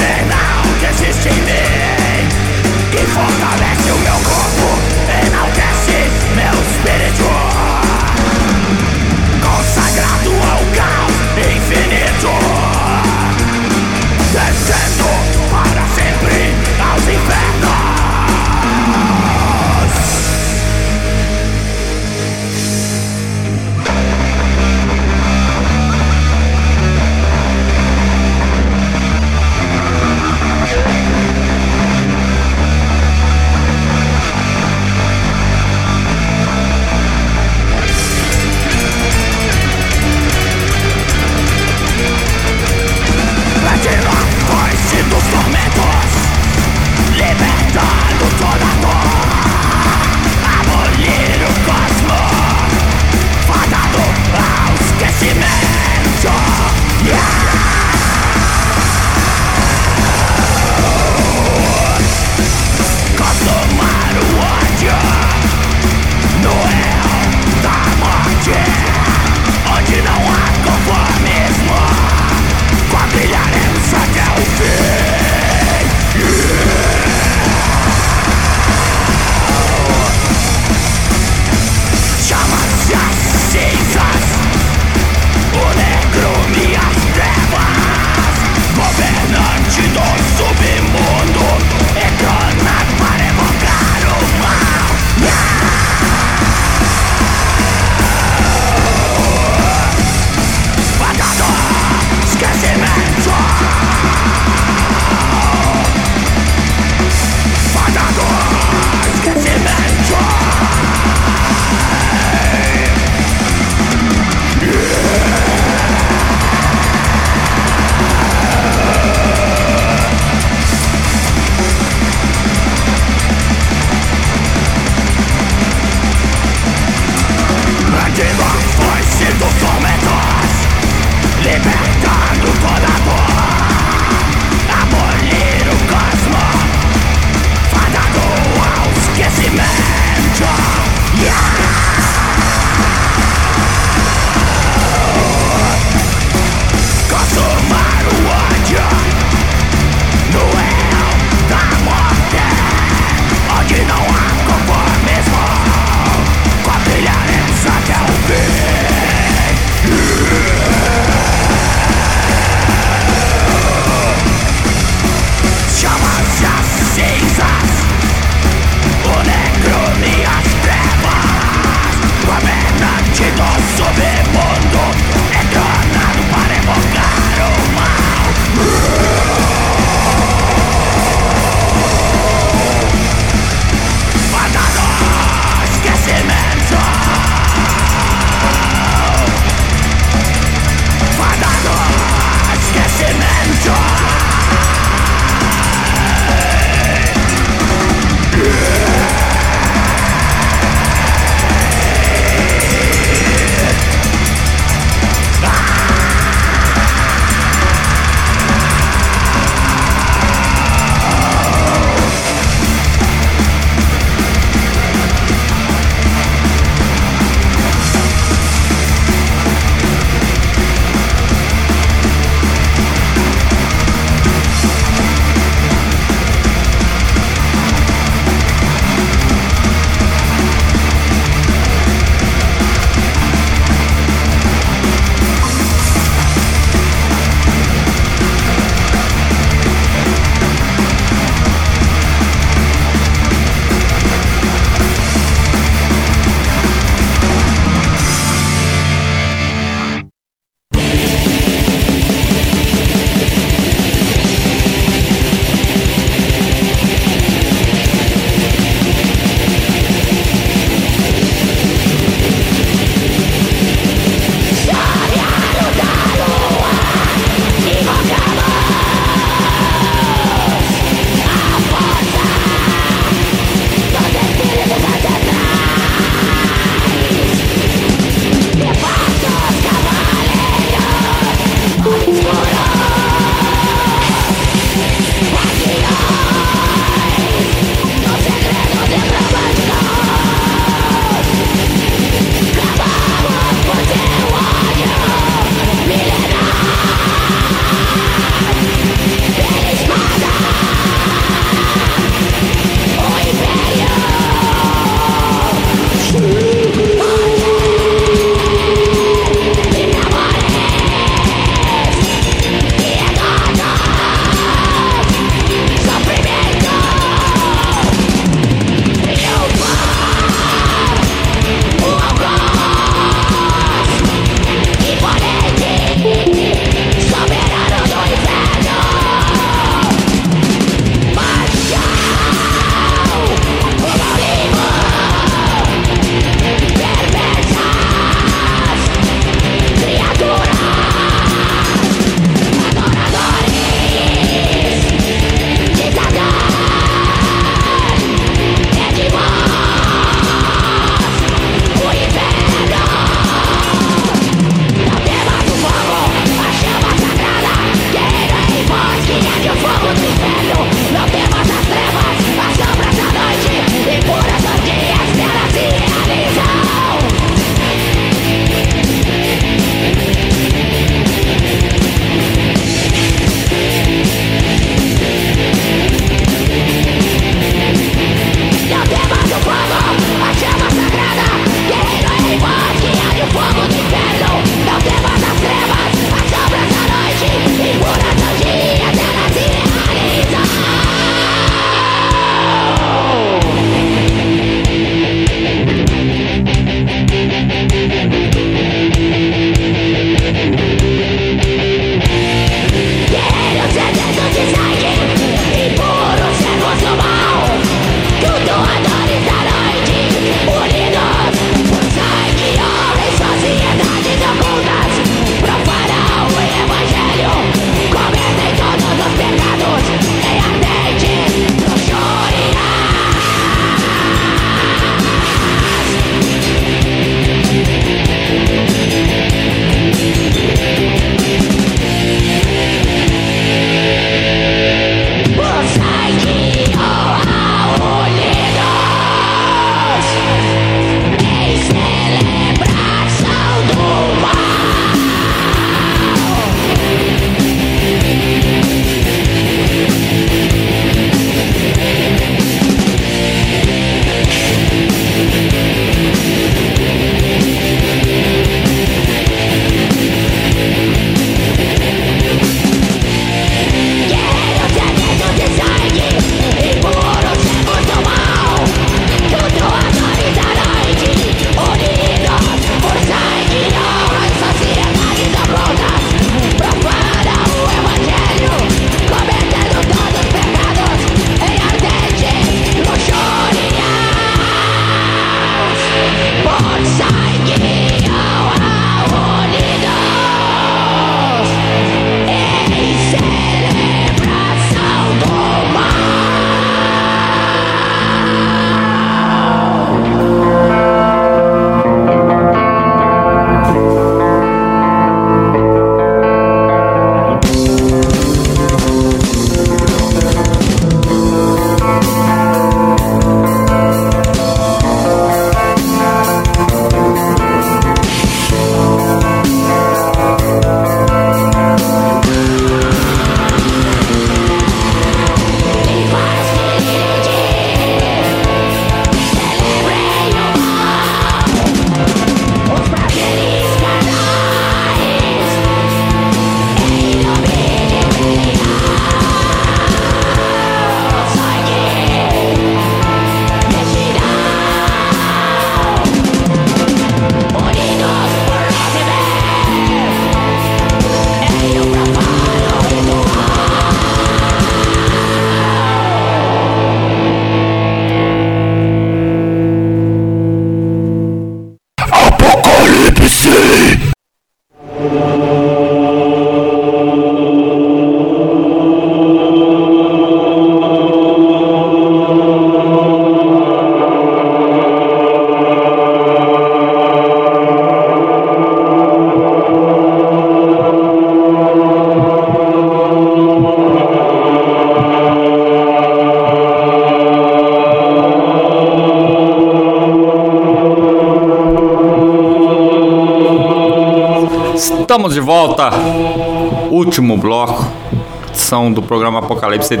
Estamos de volta. Último bloco. Edição do programa Apocalipse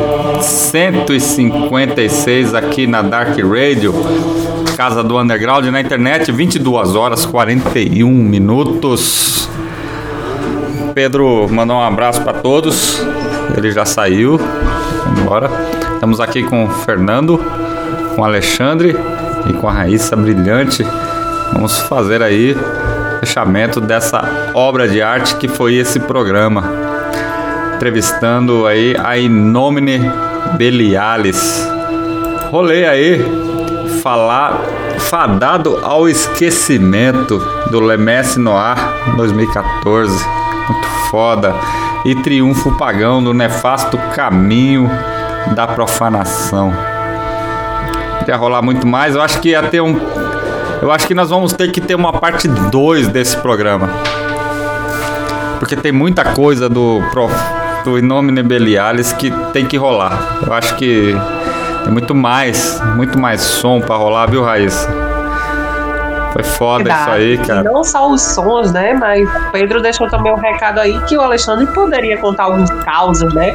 156 aqui na Dark Radio, Casa do Underground, na internet, 22 horas 41 minutos. Pedro mandou um abraço para todos. Ele já saiu. Vamos embora. Estamos aqui com o Fernando, com o Alexandre e com a Raíssa Brilhante. Vamos fazer aí o fechamento dessa obra de arte que foi esse programa, entrevistando aí a Inomine Belialis. Rolê aí, fadado ao esquecimento, do Le Mestre Noir 2014, muito foda. E Triunfo Pagão, do Nefasto Caminho da Profanação. Ia rolar muito mais. Eu acho que ia ter eu acho que nós vamos ter que ter uma parte 2 desse programa, porque tem muita coisa do Inomine Belialis que tem que rolar. Eu acho que tem muito mais som pra rolar, viu, Raíssa? Foi foda. Verdade. Isso aí, cara. E não só os sons, né? Mas o Pedro deixou também um recado aí que o Alexandre poderia contar alguns causos, né?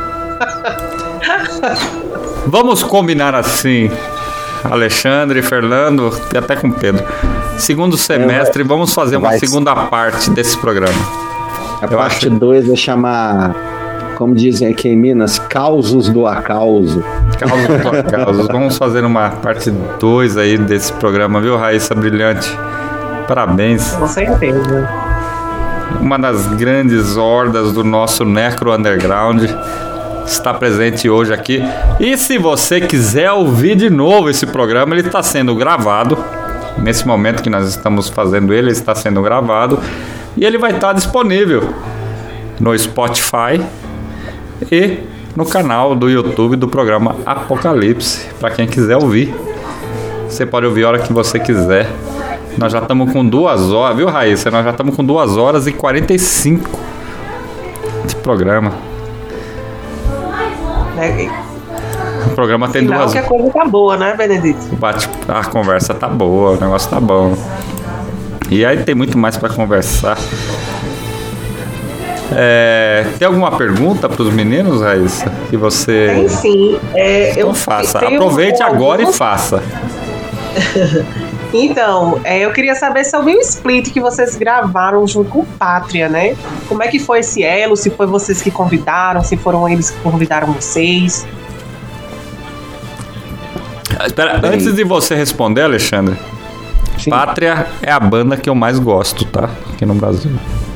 Vamos combinar assim, Alexandre, Fernando e até com Pedro. Segundo semestre, vamos fazer uma segunda parte desse programa. A parte 2 vai chamar, como dizem aqui em Minas, Causos do Acauso. Causos do Acauso. Vamos fazer uma parte 2 aí desse programa, viu, Raíssa Brilhante? Parabéns. Com certeza. Uma das grandes hordas do nosso Necro Underground está presente hoje aqui. E se você quiser ouvir de novo esse programa, ele está sendo gravado. Nesse momento que nós estamos fazendo ele está sendo gravado. E ele vai estar disponível no Spotify e no canal do YouTube do programa Apocalipse, para quem quiser ouvir. Você pode ouvir a hora que você quiser. Nós já estamos com 2 horas, viu, Raíssa? Nós já estamos com 2 horas e 45 de programa. O programa tem 2 horas. Que a coisa tá boa, né, Benedito? A conversa tá boa, o negócio tá bom. E aí tem muito mais para conversar. Tem alguma pergunta para os meninos, Raíssa? Que você... Tem sim. Então faça. Aproveite agora e faça. Então, eu queria saber sobre o split que vocês gravaram junto com o Pátria, né? Como é que foi esse elo? Se foi vocês que convidaram, se foram eles que convidaram vocês? Espera, antes de você responder, Alexandre, sim. Pátria é a banda que eu mais gosto, tá? Aqui no Brasil.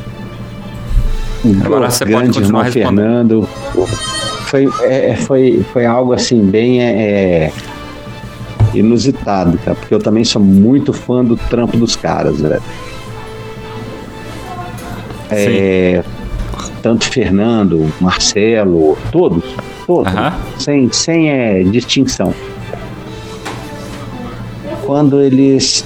Agora você pode continuar respondendo. Fernando, foi algo assim bem inusitado, cara, porque eu também sou muito fã do trampo dos caras, velho. Tanto Fernando, Marcelo, todos, sem distinção. Quando eles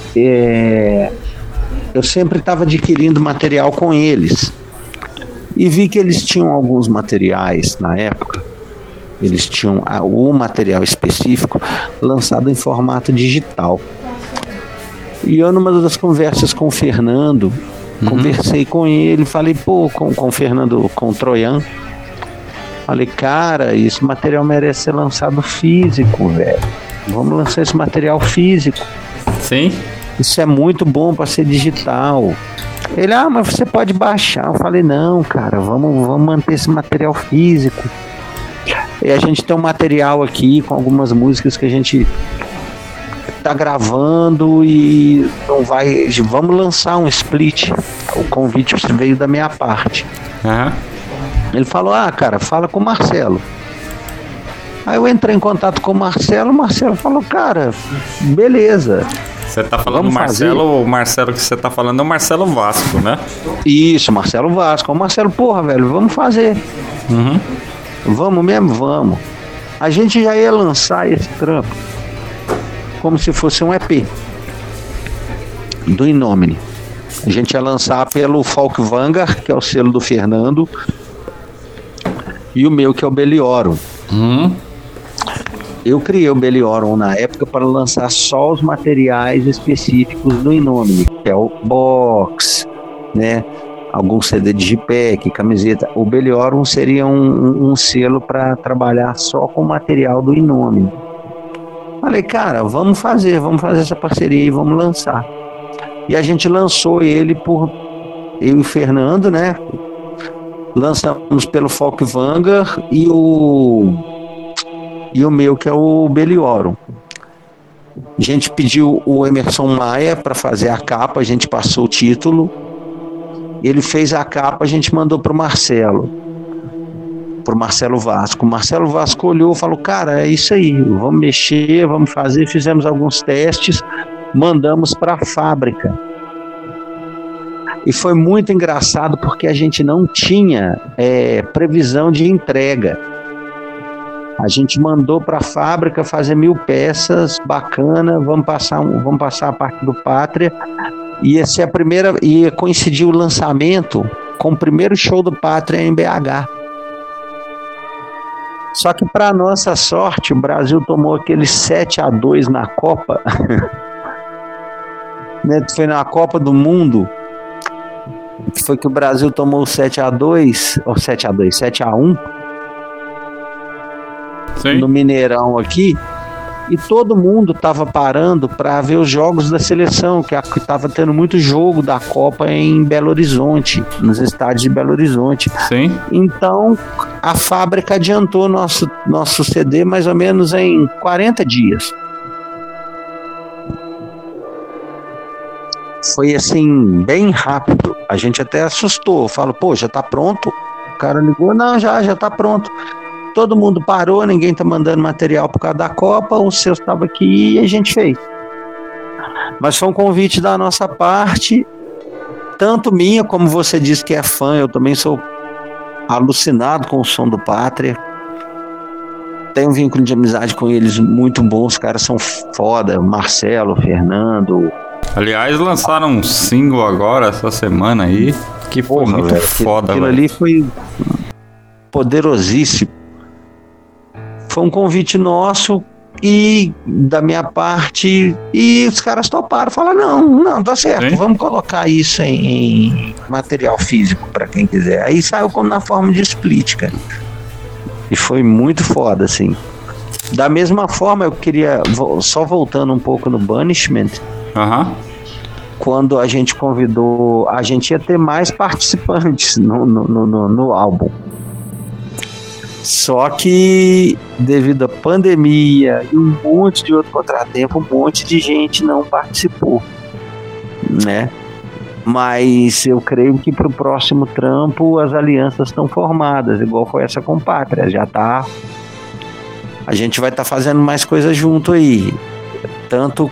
eu sempre estava adquirindo material com eles e vi que eles tinham alguns materiais na época. Eles tinham o material específico lançado em formato digital. E eu, numa das conversas com o Fernando, conversei com ele, falei, com o Fernando, com o Troian, falei, cara, esse material merece ser lançado físico, velho. Vamos lançar esse material físico. Sim. Isso é muito bom para ser digital. Ele, mas você pode baixar. Eu falei, não, cara, vamos manter esse material físico. E a gente tem um material aqui com algumas músicas que a gente tá gravando e não vai. Vamos lançar um split. O convite veio da minha parte. Ele falou, cara, fala com o Marcelo. Aí eu entrei em contato com o Marcelo falou, cara, beleza. Você tá falando do Marcelo, o Marcelo que você tá falando é o Marcelo Vasco, né? Isso, Marcelo Vasco. O Marcelo, porra, velho, vamos fazer. Vamos mesmo? Vamos. A gente já ia lançar esse trampo como se fosse um EP do Inomine. A gente ia lançar pelo Folk Vanguard, que é o selo do Fernando, e o meu, que é o Beliorum. Eu criei o Beliorum na época para lançar só os materiais específicos do Inomine, que é o box, né? algum CD de Digipec, camiseta. O Beliorum seria um selo para trabalhar só com o material do Inome. Falei, cara, vamos fazer essa parceria e vamos lançar. E a gente lançou ele eu e o Fernando, né? Lançamos pelo Folk Vanguard e o meu, que é o Beliorum. A gente pediu o Emerson Maia para fazer a capa, a gente passou o título, ele fez a capa, a gente mandou pro Marcelo Vasco. O Marcelo Vasco olhou e falou, cara, é isso aí, vamos mexer, vamos fazer. Fizemos alguns testes, mandamos para a fábrica. E foi muito engraçado porque a gente não tinha previsão de entrega. A gente mandou para a fábrica fazer 1000 peças, bacana, vamos passar a parte do Pátria. Ia coincidir o lançamento com o primeiro show do Pátria em BH. Só que, para nossa sorte, o Brasil tomou aquele 7-2 na Copa. Né? Foi na Copa do Mundo. Foi que o Brasil tomou 7-1 no Mineirão aqui, e todo mundo estava parando para ver os jogos da seleção, que estava tendo muito jogo da Copa em Belo Horizonte, nos estádios de Belo Horizonte. Sim. Então a fábrica adiantou nosso CD mais ou menos em 40 dias. Foi assim, bem rápido. A gente até assustou. Falo, pô, já tá pronto? O cara ligou, não, já tá pronto. Todo mundo parou, ninguém tá mandando material por causa da Copa, o seu estava aqui e a gente fez. Mas foi um convite da nossa parte, tanto minha, como você disse que é fã, eu também sou alucinado com o som do Pátria. Tenho um vínculo de amizade com eles muito bom, os caras são foda, Marcelo, Fernando. Aliás, lançaram um single agora, essa semana aí, que foi muito foda. Aquilo ali foi poderosíssimo. Foi um convite nosso e da minha parte, e os caras toparam, falaram, não, tá certo, sim, vamos colocar isso em material físico para quem quiser. Aí saiu como na forma de split, cara. E foi muito foda, assim. Da mesma forma, eu queria, só voltando um pouco no Banishment, quando a gente convidou, a gente ia ter mais participantes no álbum. Só que devido à pandemia e um monte de outro contratempo, um monte de gente não participou, né? Mas eu creio que para o próximo trampo as alianças estão formadas, igual foi essa com Pátria. Já tá. A gente vai estar fazendo mais coisas junto aí, tanto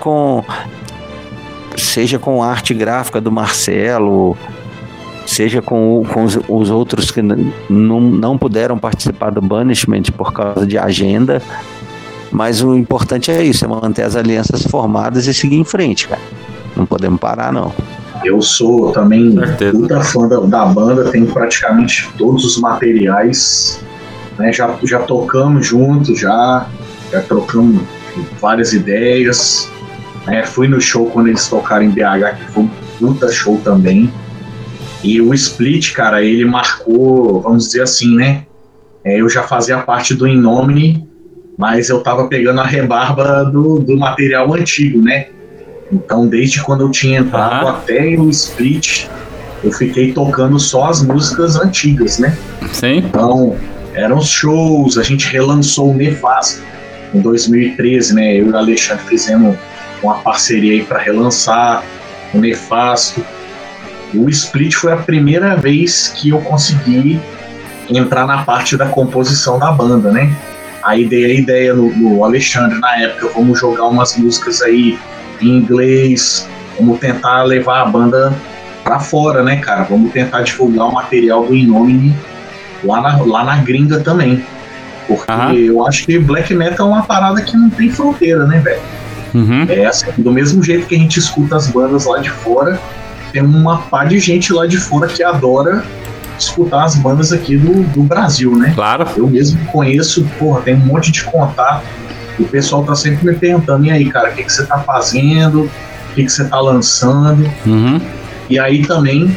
seja com a arte gráfica do Marcelo, seja com os outros que não puderam participar do Banishment por causa de agenda. Mas o importante é isso, é manter as alianças formadas e seguir em frente, cara. Não podemos parar, não. Eu sou também ultra fã da banda, tenho praticamente todos os materiais, né? Já tocamos juntos, já trocamos várias ideias, né? Fui no show quando eles tocaram em BH, que foi um puta show também. E o Split, cara, ele marcou, vamos dizer assim, né? Eu já fazia parte do Innomine, mas eu tava pegando a rebarba do material antigo, né? Então, desde quando eu tinha entrado até o Split, eu fiquei tocando só as músicas antigas, né? Sim. Então, eram shows, a gente relançou o Nefasto em 2013, né? Eu e o Alexandre fizemos uma parceria aí para relançar o Nefasto. O Split foi a primeira vez que eu consegui entrar na parte da composição da banda, né? Aí dei a ideia no Alexandre na época, vamos jogar umas músicas aí em inglês, vamos tentar levar a banda pra fora, né, cara? Vamos tentar divulgar o material do Innomine lá na gringa também. Porque eu acho que black metal é uma parada que não tem fronteira, né, velho? É assim, do mesmo jeito que a gente escuta as bandas lá de fora, tem uma pá de gente lá de fora que adora escutar as bandas aqui do Brasil, né? Claro. Eu mesmo conheço, tem um monte de contato. O pessoal tá sempre me perguntando, e aí, cara, o que você tá fazendo? O que você tá lançando? E aí também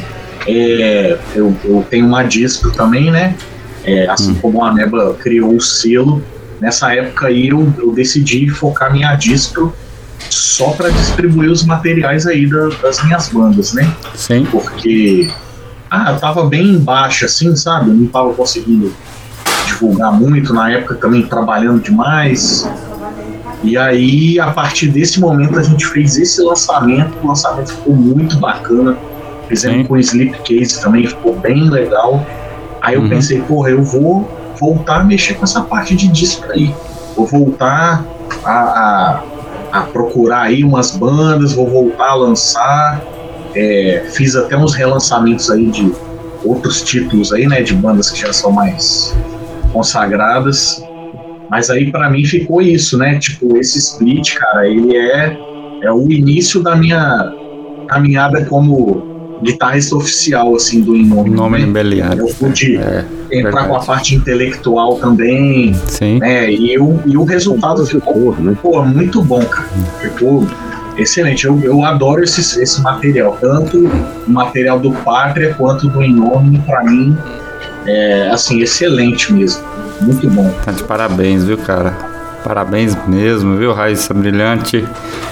eu tenho uma disco também, né? Assim como a Ameba criou o selo, nessa época aí eu decidi focar minha disco só para distribuir os materiais aí das minhas bandas, né? Sim. Porque eu tava bem embaixo, assim, sabe? Eu não tava conseguindo divulgar muito na época, também trabalhando demais. E aí, a partir desse momento, a gente fez esse lançamento. O lançamento ficou muito bacana. Fizemos com o Slipcase também, ficou bem legal. Aí eu pensei, porra, eu vou voltar a mexer com essa parte de disco aí. Vou voltar a procurar aí umas bandas, vou voltar a lançar. Fiz até uns relançamentos aí de outros títulos aí, né, de bandas que já são mais consagradas. Mas aí pra mim ficou isso, né, tipo, esse split, cara, ele é o início da minha caminhada como guitarrista oficial, assim, do Innomine Belialis. Eu pude entrar com a parte intelectual também. Sim. Né, e o resultado ficou, né? Pô, muito bom, cara. Ficou excelente. Eu adoro esse material, tanto o material do Pátria quanto do Innomine. Pra mim assim, excelente mesmo, muito bom. Tá de parabéns, viu, cara? Parabéns mesmo, viu, Raíssa? Brilhante.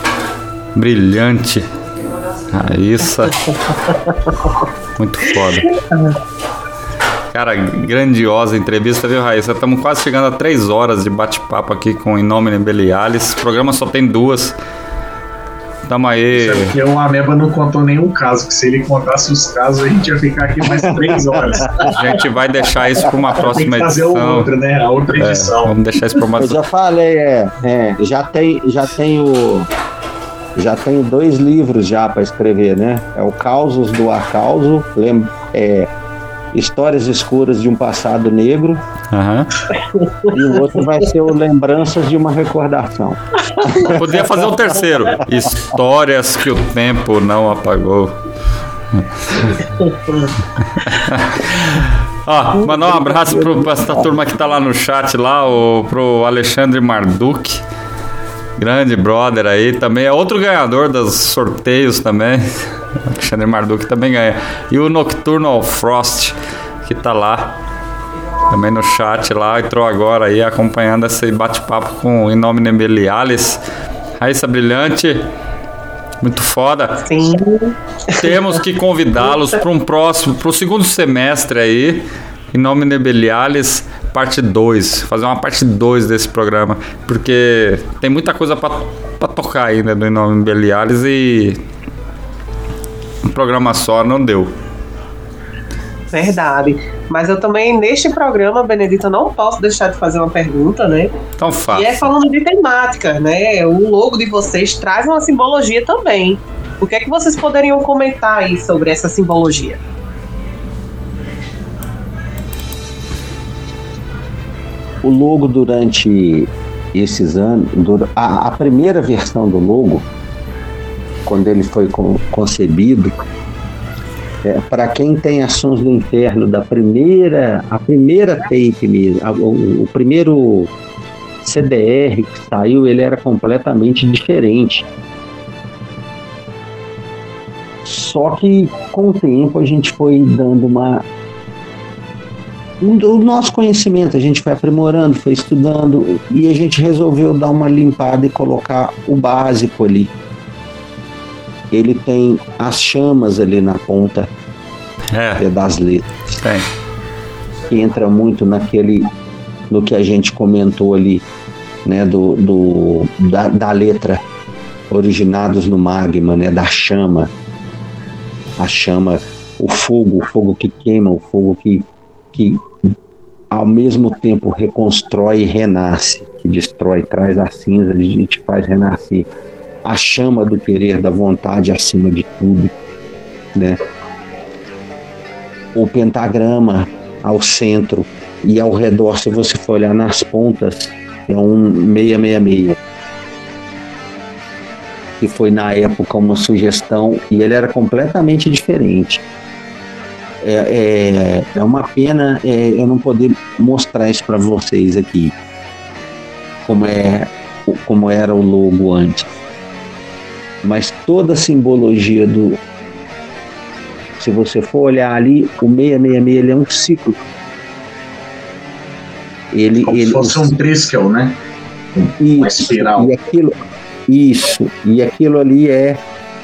Raíssa, muito foda. Cara, grandiosa entrevista, viu, Raíssa? Estamos quase chegando a 3 horas de bate-papo aqui com o Innomine Belialis. O programa só tem 2. Tamo aí. Porque o Ameba não contou nenhum caso, que se ele contasse os casos, a gente ia ficar aqui mais 3 horas. A gente vai deixar isso para uma próxima edição. Fazer outra, né? A outra edição. Vamos deixar isso para uma. Eu já falei, já tenho 2 livros já para escrever, né? É o Causos do Acauso, Histórias Escuras de um Passado Negro. E o outro vai ser o Lembranças de uma Recordação. Podia fazer o terceiro. Histórias que o tempo não apagou. Mandar um abraço para essa turma que tá lá no chat lá, pro Alexandre Marduk, grande brother aí, também é outro ganhador dos sorteios também. Alexandre Marduk também ganha. E o Nocturnal Frost, que tá lá também no chat lá, entrou agora aí acompanhando esse bate-papo com o Innomine Belialis. Raíssa Brilhante, muito foda. Sim. Temos que convidá-los para pro segundo semestre aí, Innomine Belialis, parte 2. Fazer uma parte 2 desse programa, porque tem muita coisa para tocar ainda do Innomine Belialis e um programa só não deu. Verdade. Mas eu também, neste programa, Benedito, não posso deixar de fazer uma pergunta, né? Então faça. E é falando de temática, né? O logo de vocês traz uma simbologia também. O que é que vocês poderiam comentar aí sobre essa simbologia? O logo, durante esses anos, a primeira versão do logo, quando ele foi concebido, para quem tem as Sons do Inferno a primeira tape mesmo, o primeiro CDR que saiu, ele era completamente diferente. Só que com o tempo a gente foi dando o nosso conhecimento, a gente foi aprimorando, foi estudando, e a gente resolveu dar uma limpada e colocar o básico ali. Ele tem as chamas ali na ponta das letras. Que entra muito no que a gente comentou ali, né, da letra Originados no Magma, né, da chama. A chama, o fogo que queima, o fogo que ao mesmo tempo reconstrói e renasce, que destrói, traz a cinza e te faz renascer. A chama do querer, da vontade acima de tudo, né? O pentagrama ao centro e ao redor, se você for olhar nas pontas, é um 666, que foi na época uma sugestão e ele era completamente diferente. É uma pena eu não poder mostrar isso para vocês aqui, como era o logo antes. Mas toda a simbologia Se você for olhar ali, o 666 ele é um ciclo. Como se fosse um triskel, né? Uma espiral. E aquilo ali é...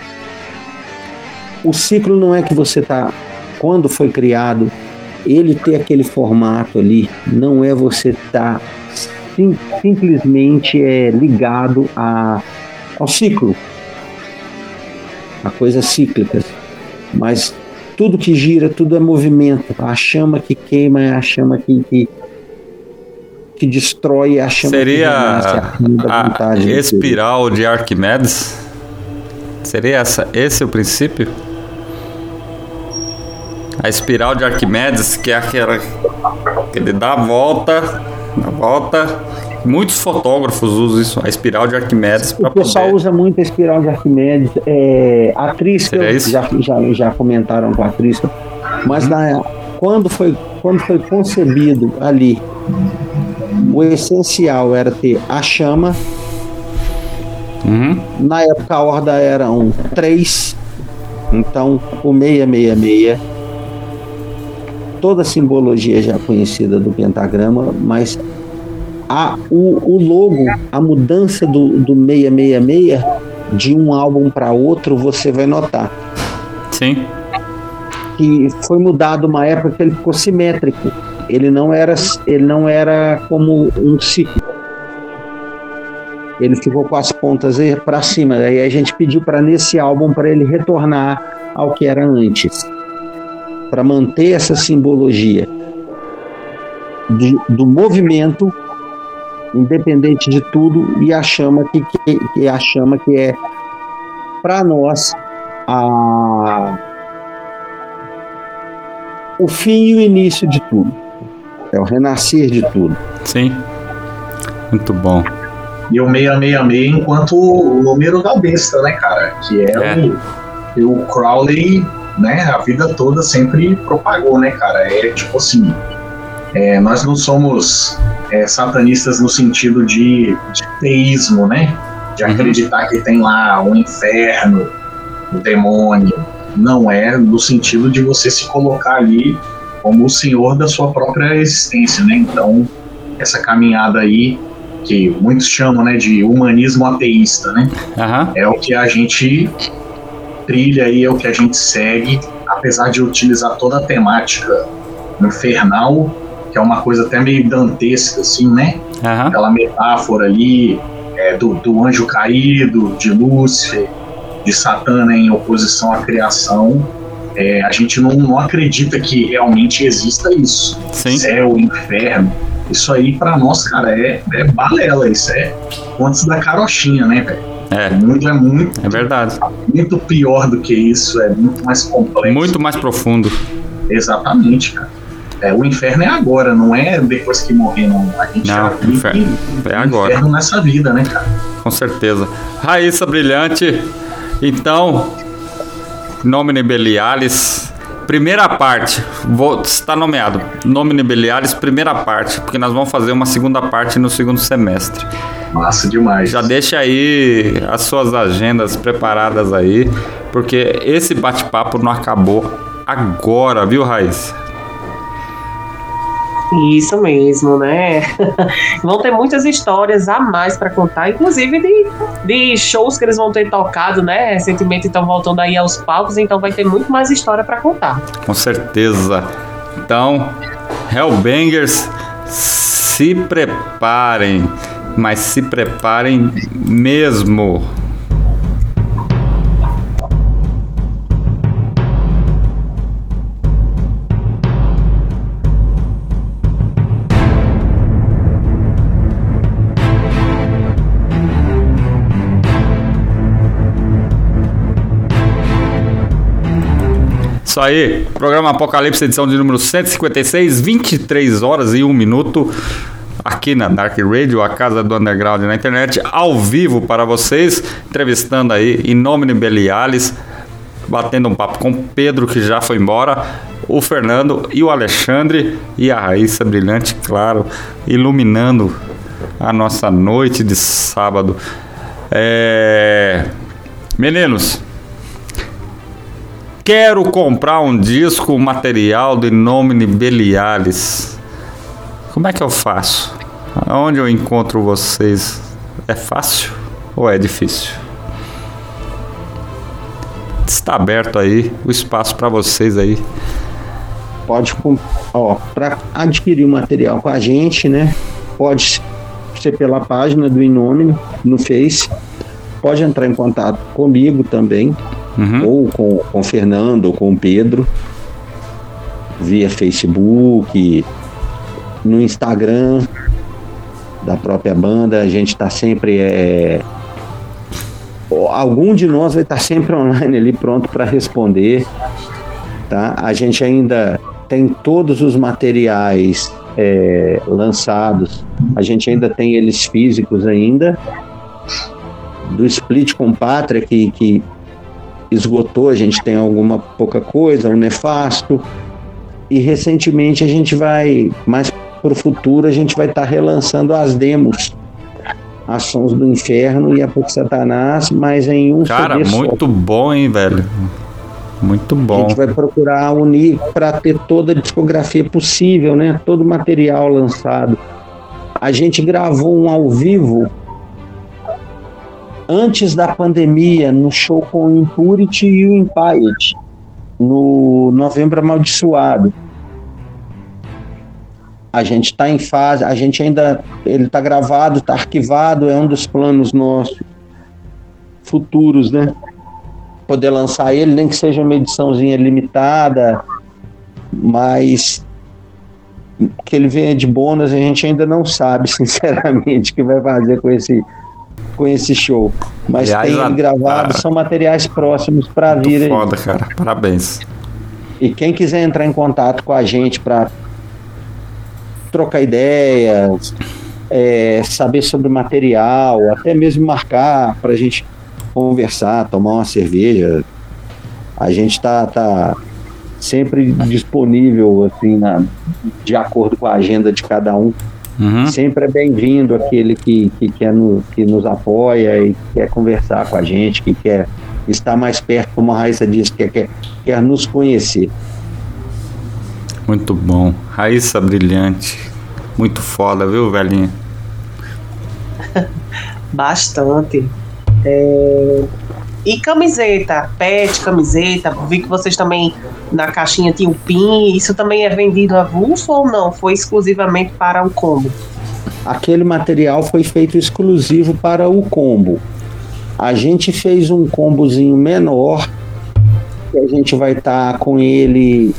O ciclo não é que você tá... Quando foi criado, ele ter aquele formato ali, não é você estar simplesmente ligado ao ciclo. A coisa cíclica. Mas tudo que gira, tudo é movimento. A chama que queima é a chama que destrói, a chama seria que renasce, a espiral de Arquimedes? Seria esse o princípio? A espiral de Arquimedes, que é aquela que ele dá a volta. Muitos fotógrafos usam isso, a espiral de Arquimedes. O pessoal usa muito a espiral de Arquimedes. A Triskel, já comentaram com a Triskel, mas quando foi concebido ali, o essencial era ter a chama. Na época a horda eram 3, então o 666, toda a simbologia já conhecida do pentagrama, mas o logo, a mudança do 666 de um álbum para outro, você vai notar. Sim. Que foi mudado uma época que ele ficou simétrico. Ele não era como um ciclo. Ele ficou com as pontas para cima. Aí a gente pediu para nesse álbum para ele retornar ao que era antes, para manter essa simbologia do movimento, independente de tudo, e a chama que é para nós o fim e o início de tudo. É o renascer de tudo. Sim. Muito bom. E o 666 enquanto o número da besta, né, cara? Que o Crowley, né, a vida toda sempre propagou, né, cara? É tipo assim, nós não somos satanistas no sentido de teísmo, né? De acreditar que tem lá um inferno, o demônio. Não é no sentido de você se colocar ali como o senhor da sua própria existência, né? Então, essa caminhada aí, que muitos chamam, né, de humanismo ateísta, né? É o que a gente trilha aí, é o que a gente segue, apesar de utilizar toda a temática infernal, que é uma coisa até meio dantesca, assim, né? Aquela metáfora ali do anjo caído, de Lúcifer, de Satã, né, em oposição à criação. A gente não acredita que realmente exista isso. Sim. Céu, inferno. Isso aí pra nós, cara, é balela. Isso é antes da carochinha, né, velho? É verdade. Muito pior do que isso, é muito mais complexo. Muito mais profundo. Exatamente, cara. O inferno é agora, não é depois que morrer, não. A gente já vive agora. Inferno nessa vida, né, cara? Com certeza. Raíssa Brilhante, então, Nomine Belialis, primeira parte, está nomeado Nomine Belialis, primeira parte, porque nós vamos fazer uma segunda parte no segundo semestre. Massa demais. Já deixa aí as suas agendas preparadas aí, porque esse bate-papo não acabou agora, viu, Raíssa? Isso mesmo, né? Vão ter muitas histórias a mais para contar, inclusive de shows que eles vão ter tocado, né? Recentemente estão voltando aí aos palcos, então vai ter muito mais história para contar. Com certeza. Então, Hellbangers, se preparem, mas se preparem mesmo. Isso aí, programa Apocalipse, edição de número 156, 23 horas e 1 minuto, aqui na Dark Radio, a casa do underground na internet, ao vivo para vocês, entrevistando aí em Nomine Belialis, batendo um papo com o Pedro, que já foi embora, o Fernando e o Alexandre, e a Raíssa Brilhante, claro, iluminando a nossa noite de sábado. quero comprar um disco, um material do In Nomine Belialis. Como é que eu faço? Onde eu encontro vocês? É fácil ou é difícil? Está aberto aí o espaço para vocês aí. Pode, para adquirir o material com a gente, né? Pode ser pela página do In Nomine no Face. Pode entrar em contato comigo também, ou com o Fernando, ou com o Pedro, via Facebook, no Instagram da própria banda. A gente está sempre... algum de nós vai estar sempre online ali, pronto para responder, tá? A gente ainda tem todos os materiais lançados, a gente ainda tem eles físicos ainda, do Split com Pátria, que esgotou, a gente tem alguma pouca coisa, o Nefasto, e recentemente a gente vai, mais para o futuro, a gente vai estar relançando as demos, As Sons do Inferno e a Por Satanás, mas em um Cara, CD muito só. bom, hein, velho? Muito bom. A gente vai procurar unir para ter toda a discografia possível, né? Todo o material lançado. A gente gravou um ao vivo antes da pandemia, no show com o Impurity e o Impiety, no Novembro Amaldiçoado. A gente está em fase, a gente ainda, ele está gravado, está arquivado, é um dos planos nossos futuros, né? Poder lançar ele, nem que seja uma ediçãozinha limitada, mas que ele venha de bônus, a gente ainda não sabe, sinceramente, o que vai fazer com esse show. Mas aliás, tem ele gravado, são materiais próximos para vir aí. Foda, cara. Parabéns. E quem quiser entrar em contato com a gente para trocar ideias, saber sobre material, até mesmo marcar para a gente conversar, tomar uma cerveja, a gente tá sempre disponível, assim, de acordo com a agenda de cada um. Sempre é bem-vindo aquele que nos apoia e quer conversar com a gente, que quer estar mais perto, como a Raíssa disse, quer nos conhecer. Muito bom. Raíssa brilhante. Muito foda, viu, velhinha? Bastante. E camiseta, pet, camiseta, vi que vocês também na caixinha tinham pin, isso também é vendido avulso ou não? Foi exclusivamente para o combo? Aquele material foi feito exclusivo para o combo. A gente fez um combozinho menor, que a gente vai estar com ele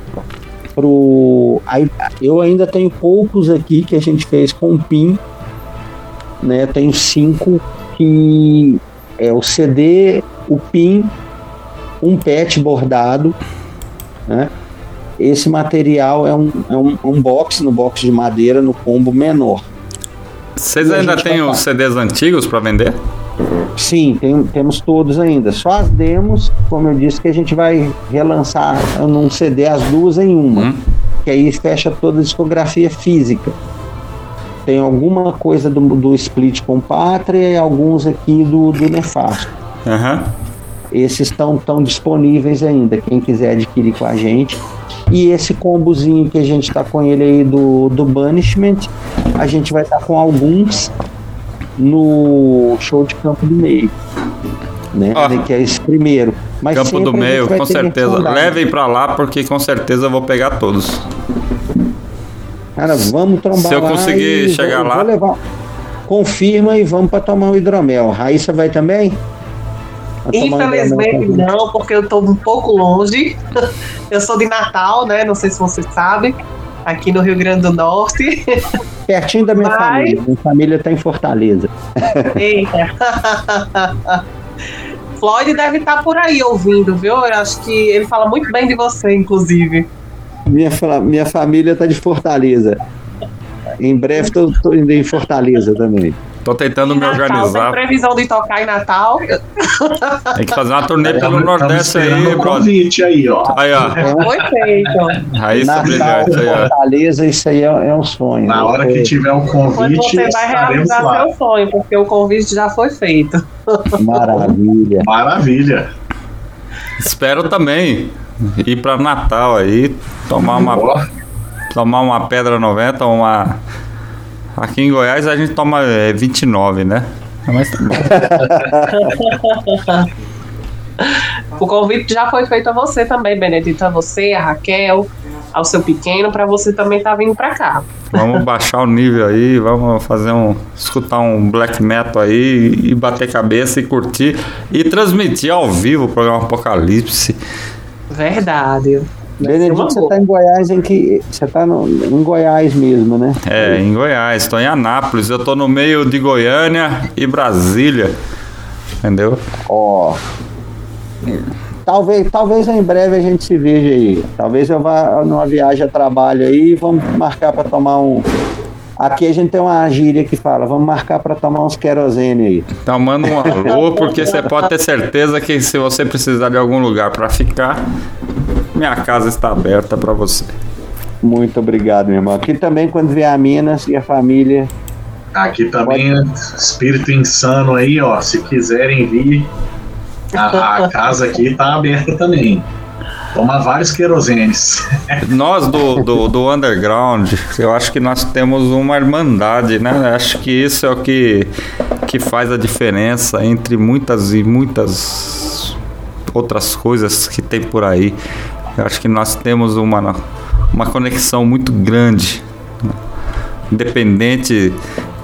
eu ainda tenho poucos aqui que a gente fez com pin, né? Tenho 5 que é o CD, o pin, um pet bordado, né? Esse material é um box, no box de madeira, no combo menor. Vocês ainda têm os CDs antigos para vender? Sim, temos todos ainda. Só as demos, como eu disse, que a gente vai relançar num CD as duas em uma. Que aí fecha toda a discografia física. Tem alguma coisa do Split com Pátria e alguns aqui do Nefasto. Esses estão disponíveis ainda, quem quiser adquirir com a gente. E esse combozinho que a gente está com ele aí do Banishment, a gente vai estar com alguns no show de Campo do Meio, né? Que é esse primeiro. Mas Campo do Meio, com certeza. Levem pra lá, porque com certeza eu vou pegar todos. Cara, vamos trombar lá. Se eu conseguir chegar lá. Vou levar. Confirma e vamos pra tomar um hidromel. Raíssa vai também? Infelizmente não, porque eu tô um pouco longe. Eu sou de Natal, né? Não sei se você sabe. Aqui no Rio Grande do Norte. Pertinho da minha família. Minha família tá em Fortaleza. Eita. Floyd deve estar por aí ouvindo, viu? Eu acho que ele fala muito bem de você, inclusive. Minha família tá de Fortaleza. Em breve tô indo em Fortaleza também. Tô tentando me organizar. Tem previsão de tocar em Natal? Tem que fazer uma turnê pelo Nordeste aí, brother. Convite aí, ó. Aí, ó. Foi feito. Raíssa brilhante aí, ó. Fortaleza, isso aí é um sonho. Na hora que tiver o convite, você vai realizar lá. seu sonho, porque o convite já foi feito. Maravilha. Maravilha. Espero também ir para Natal aí, tomar uma pedra 90, aqui em Goiás a gente toma 29, né? Mas tá bom. O convite já foi feito a você também, Benedito, a você, a Raquel, ao seu pequeno, para você também estar vindo para cá. Vamos baixar o nível aí, vamos escutar um black metal aí e bater cabeça e curtir e transmitir ao vivo o programa Apocalipse. Verdade. Benedito, você tá em Goiás você tá em Goiás mesmo, né? É, em Goiás, estou em Anápolis, eu tô no meio de Goiânia e Brasília, entendeu? Ó, talvez em breve a gente se veja aí. Talvez eu vá numa viagem a trabalho aí e vamos marcar para tomar um... Aqui a gente tem uma gíria que fala, vamos marcar para tomar uns querosene aí. Então manda um alô, porque você pode ter certeza que se você precisar de algum lugar para ficar, minha casa está aberta para você. Muito obrigado, meu irmão. Aqui também, quando vier a Minas e a família... Aqui também, espírito insano aí, ó, se quiserem vir, a casa aqui tá aberta também. Toma vários querosenes. Nós do Underground, eu acho que nós temos uma irmandade, né? Acho que isso é o que faz a diferença entre muitas e muitas outras coisas que tem por aí. Eu acho que nós temos uma conexão muito grande, independente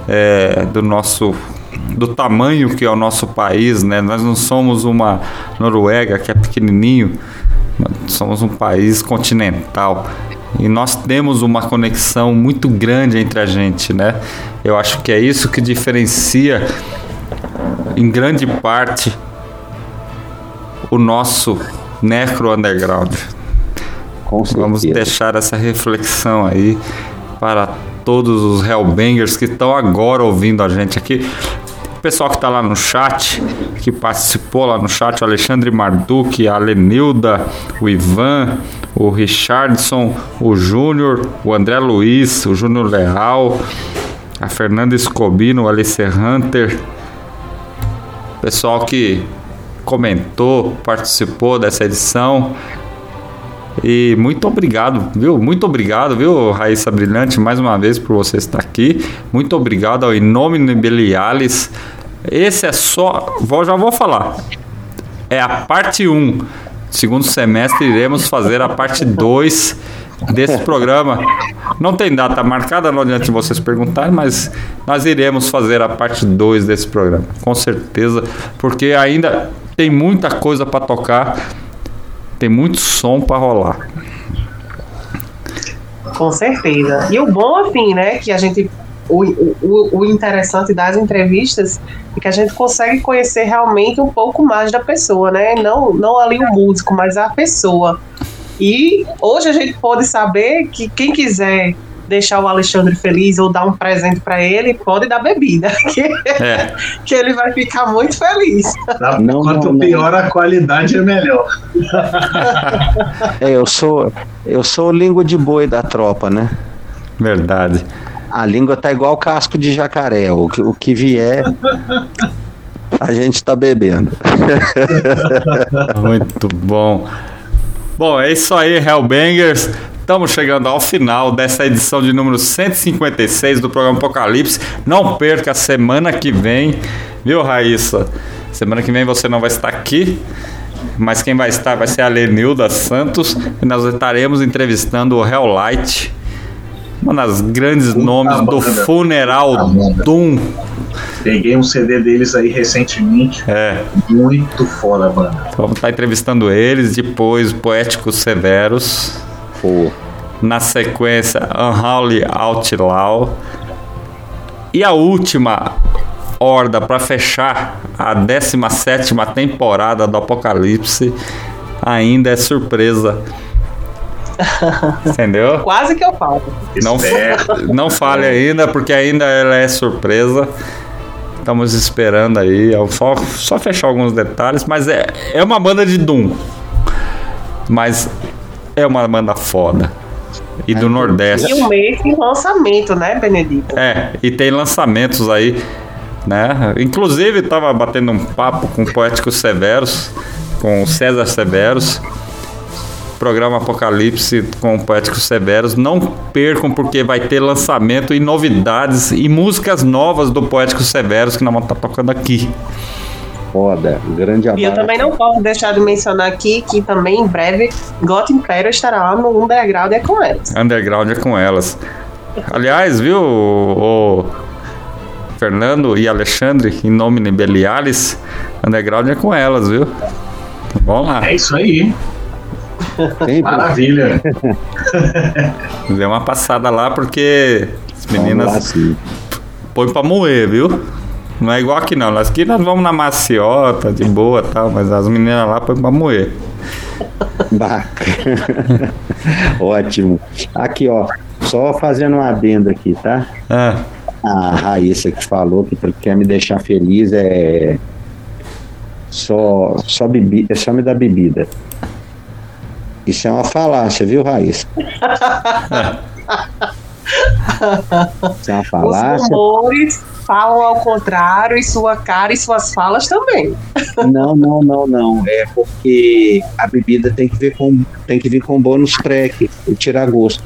do tamanho que é o nosso país, né? Nós não somos uma Noruega que é pequenininho, somos um país continental e nós temos uma conexão muito grande entre a gente, né? Eu acho que é isso que diferencia em grande parte o nosso Necro Underground. Vamos deixar essa reflexão aí para todos os Hellbangers que estão agora ouvindo a gente aqui. O pessoal que está lá no chat, que participou lá no chat, o Alexandre Marduk, a Lenilda, o Ivan, o Richardson, o Júnior, o André Luiz, o Júnior Leal, a Fernanda Escobino, o Alice Hunter, o pessoal que comentou, participou dessa edição. E muito obrigado, viu? Muito obrigado, viu, Raíssa Brilhante, mais uma vez por você estar aqui. Muito obrigado ao In Nomine Belialis. Esse é só... já vou falar. É a parte 1. Segundo semestre iremos fazer a parte 2 desse programa. Não tem data marcada, não adianta vocês perguntarem, mas nós iremos fazer a parte 2 desse programa. Com certeza, porque ainda tem muita coisa para tocar. Tem muito som para rolar. Com certeza. E o bom, assim, né, que a gente... O interessante das entrevistas é que a gente consegue conhecer realmente um pouco mais da pessoa, né? Não ali o músico, mas a pessoa. E hoje a gente pode saber que quem quiser deixar o Alexandre feliz ou dar um presente para ele, pode dar bebida, que ele vai ficar muito feliz. Quanto pior a qualidade, é melhor. Eu sou língua de boi da tropa, né? Verdade. A língua tá igual casco de jacaré. O que vier, a gente tá bebendo. Muito bom. Bom, é isso aí, Hellbangers. Estamos chegando ao final dessa edição de número 156 do programa Apocalipse. Não perca a semana que vem, viu, Raíssa? Semana que vem você não vai estar aqui, mas quem vai estar vai ser a Lenilda Santos. E nós estaremos entrevistando o Helllight, uma das grandes nomes do Funeral Doom. Peguei um CD deles aí recentemente. Muito foda a banda. Vamos estar entrevistando eles, depois Poéticos Severos. Na sequência, Unholy Outlaw. E a última horda para fechar a 17ª temporada do Apocalipse ainda é surpresa. Entendeu? Quase que eu falo. Não fale ainda, porque ainda ela é surpresa. Estamos esperando aí. Só fechar alguns detalhes. Mas é uma banda de Doom. Mas é uma banda foda. E do Nordeste. E um mês de lançamento, né, Benedito? E tem lançamentos aí, né? Inclusive, tava batendo um papo com Poéticos Severos. com o César Severos. Programa Apocalipse com o Poético Severos. Não percam, porque vai ter lançamento e novidades e músicas novas do Poético Severos que nós vamos estar tocando aqui. Foda, grande abraço. E eu também não posso deixar de mencionar aqui que também em breve Got Império estará lá no Underground é com elas. Underground é com elas. Aliás, viu, o Fernando e Alexandre, em nome de Belialis, Underground é com elas, viu? Vamos lá. É isso aí. Maravilha. Deu uma passada lá porque as meninas põem pra moer, viu? Não é igual aqui não. Aqui nós vamos na maciota, de boa e tal, mas as meninas lá põem pra moer. Bacana. Ótimo. Aqui, ó, só fazendo um adendo aqui, tá? A Raíssa que falou que quer me deixar feliz só me dá bebida. Isso é uma falácia, viu, Raíssa? Isso é uma falácia. Os rumores falam ao contrário, e sua cara e suas falas também. Não. É porque a bebida tem que vir com bônus track e tirar gosto.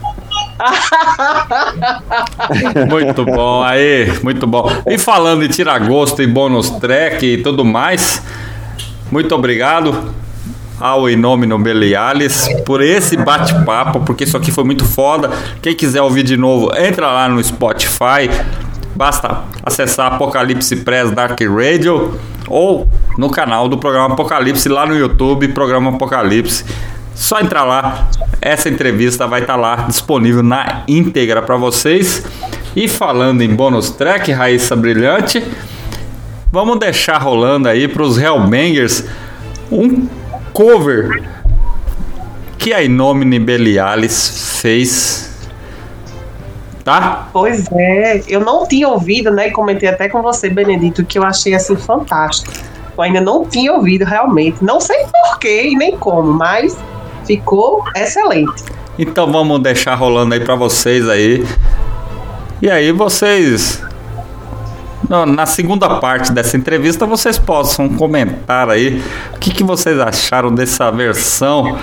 Muito bom, aí, muito bom. E falando em tirar gosto e bônus track e tudo mais, muito obrigado ao Innomino Belialis por esse bate-papo, porque isso aqui foi muito foda. Quem quiser ouvir de novo, entra lá no Spotify, basta acessar Apocalipse Press Dark Radio ou no canal do programa Apocalipse lá no YouTube, programa Apocalipse. Só entrar lá, essa entrevista vai estar lá disponível na íntegra para vocês. E falando em bônus track, Raíssa Brilhante, vamos deixar rolando aí para os Hellbangers um cover que a Innomine Belialis fez, tá? Pois é, eu não tinha ouvido, né? E comentei até com você, Benedito, que eu achei assim fantástico. Eu ainda não tinha ouvido realmente. Não sei porquê e nem como, mas ficou excelente. Então vamos deixar rolando aí pra vocês aí. E aí vocês, na segunda parte dessa entrevista, vocês possam comentar aí o que vocês acharam dessa versão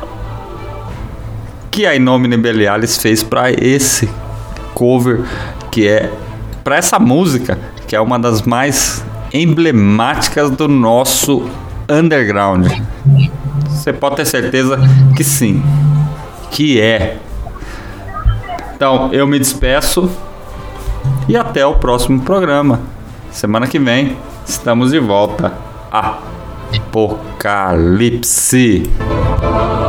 que a Innomine Belialis fez para esse cover, que é para essa música, que é uma das mais emblemáticas do nosso underground. Você pode ter certeza que sim, que é. Então eu me despeço e até o próximo programa. Semana que vem estamos de volta. Apocalipse.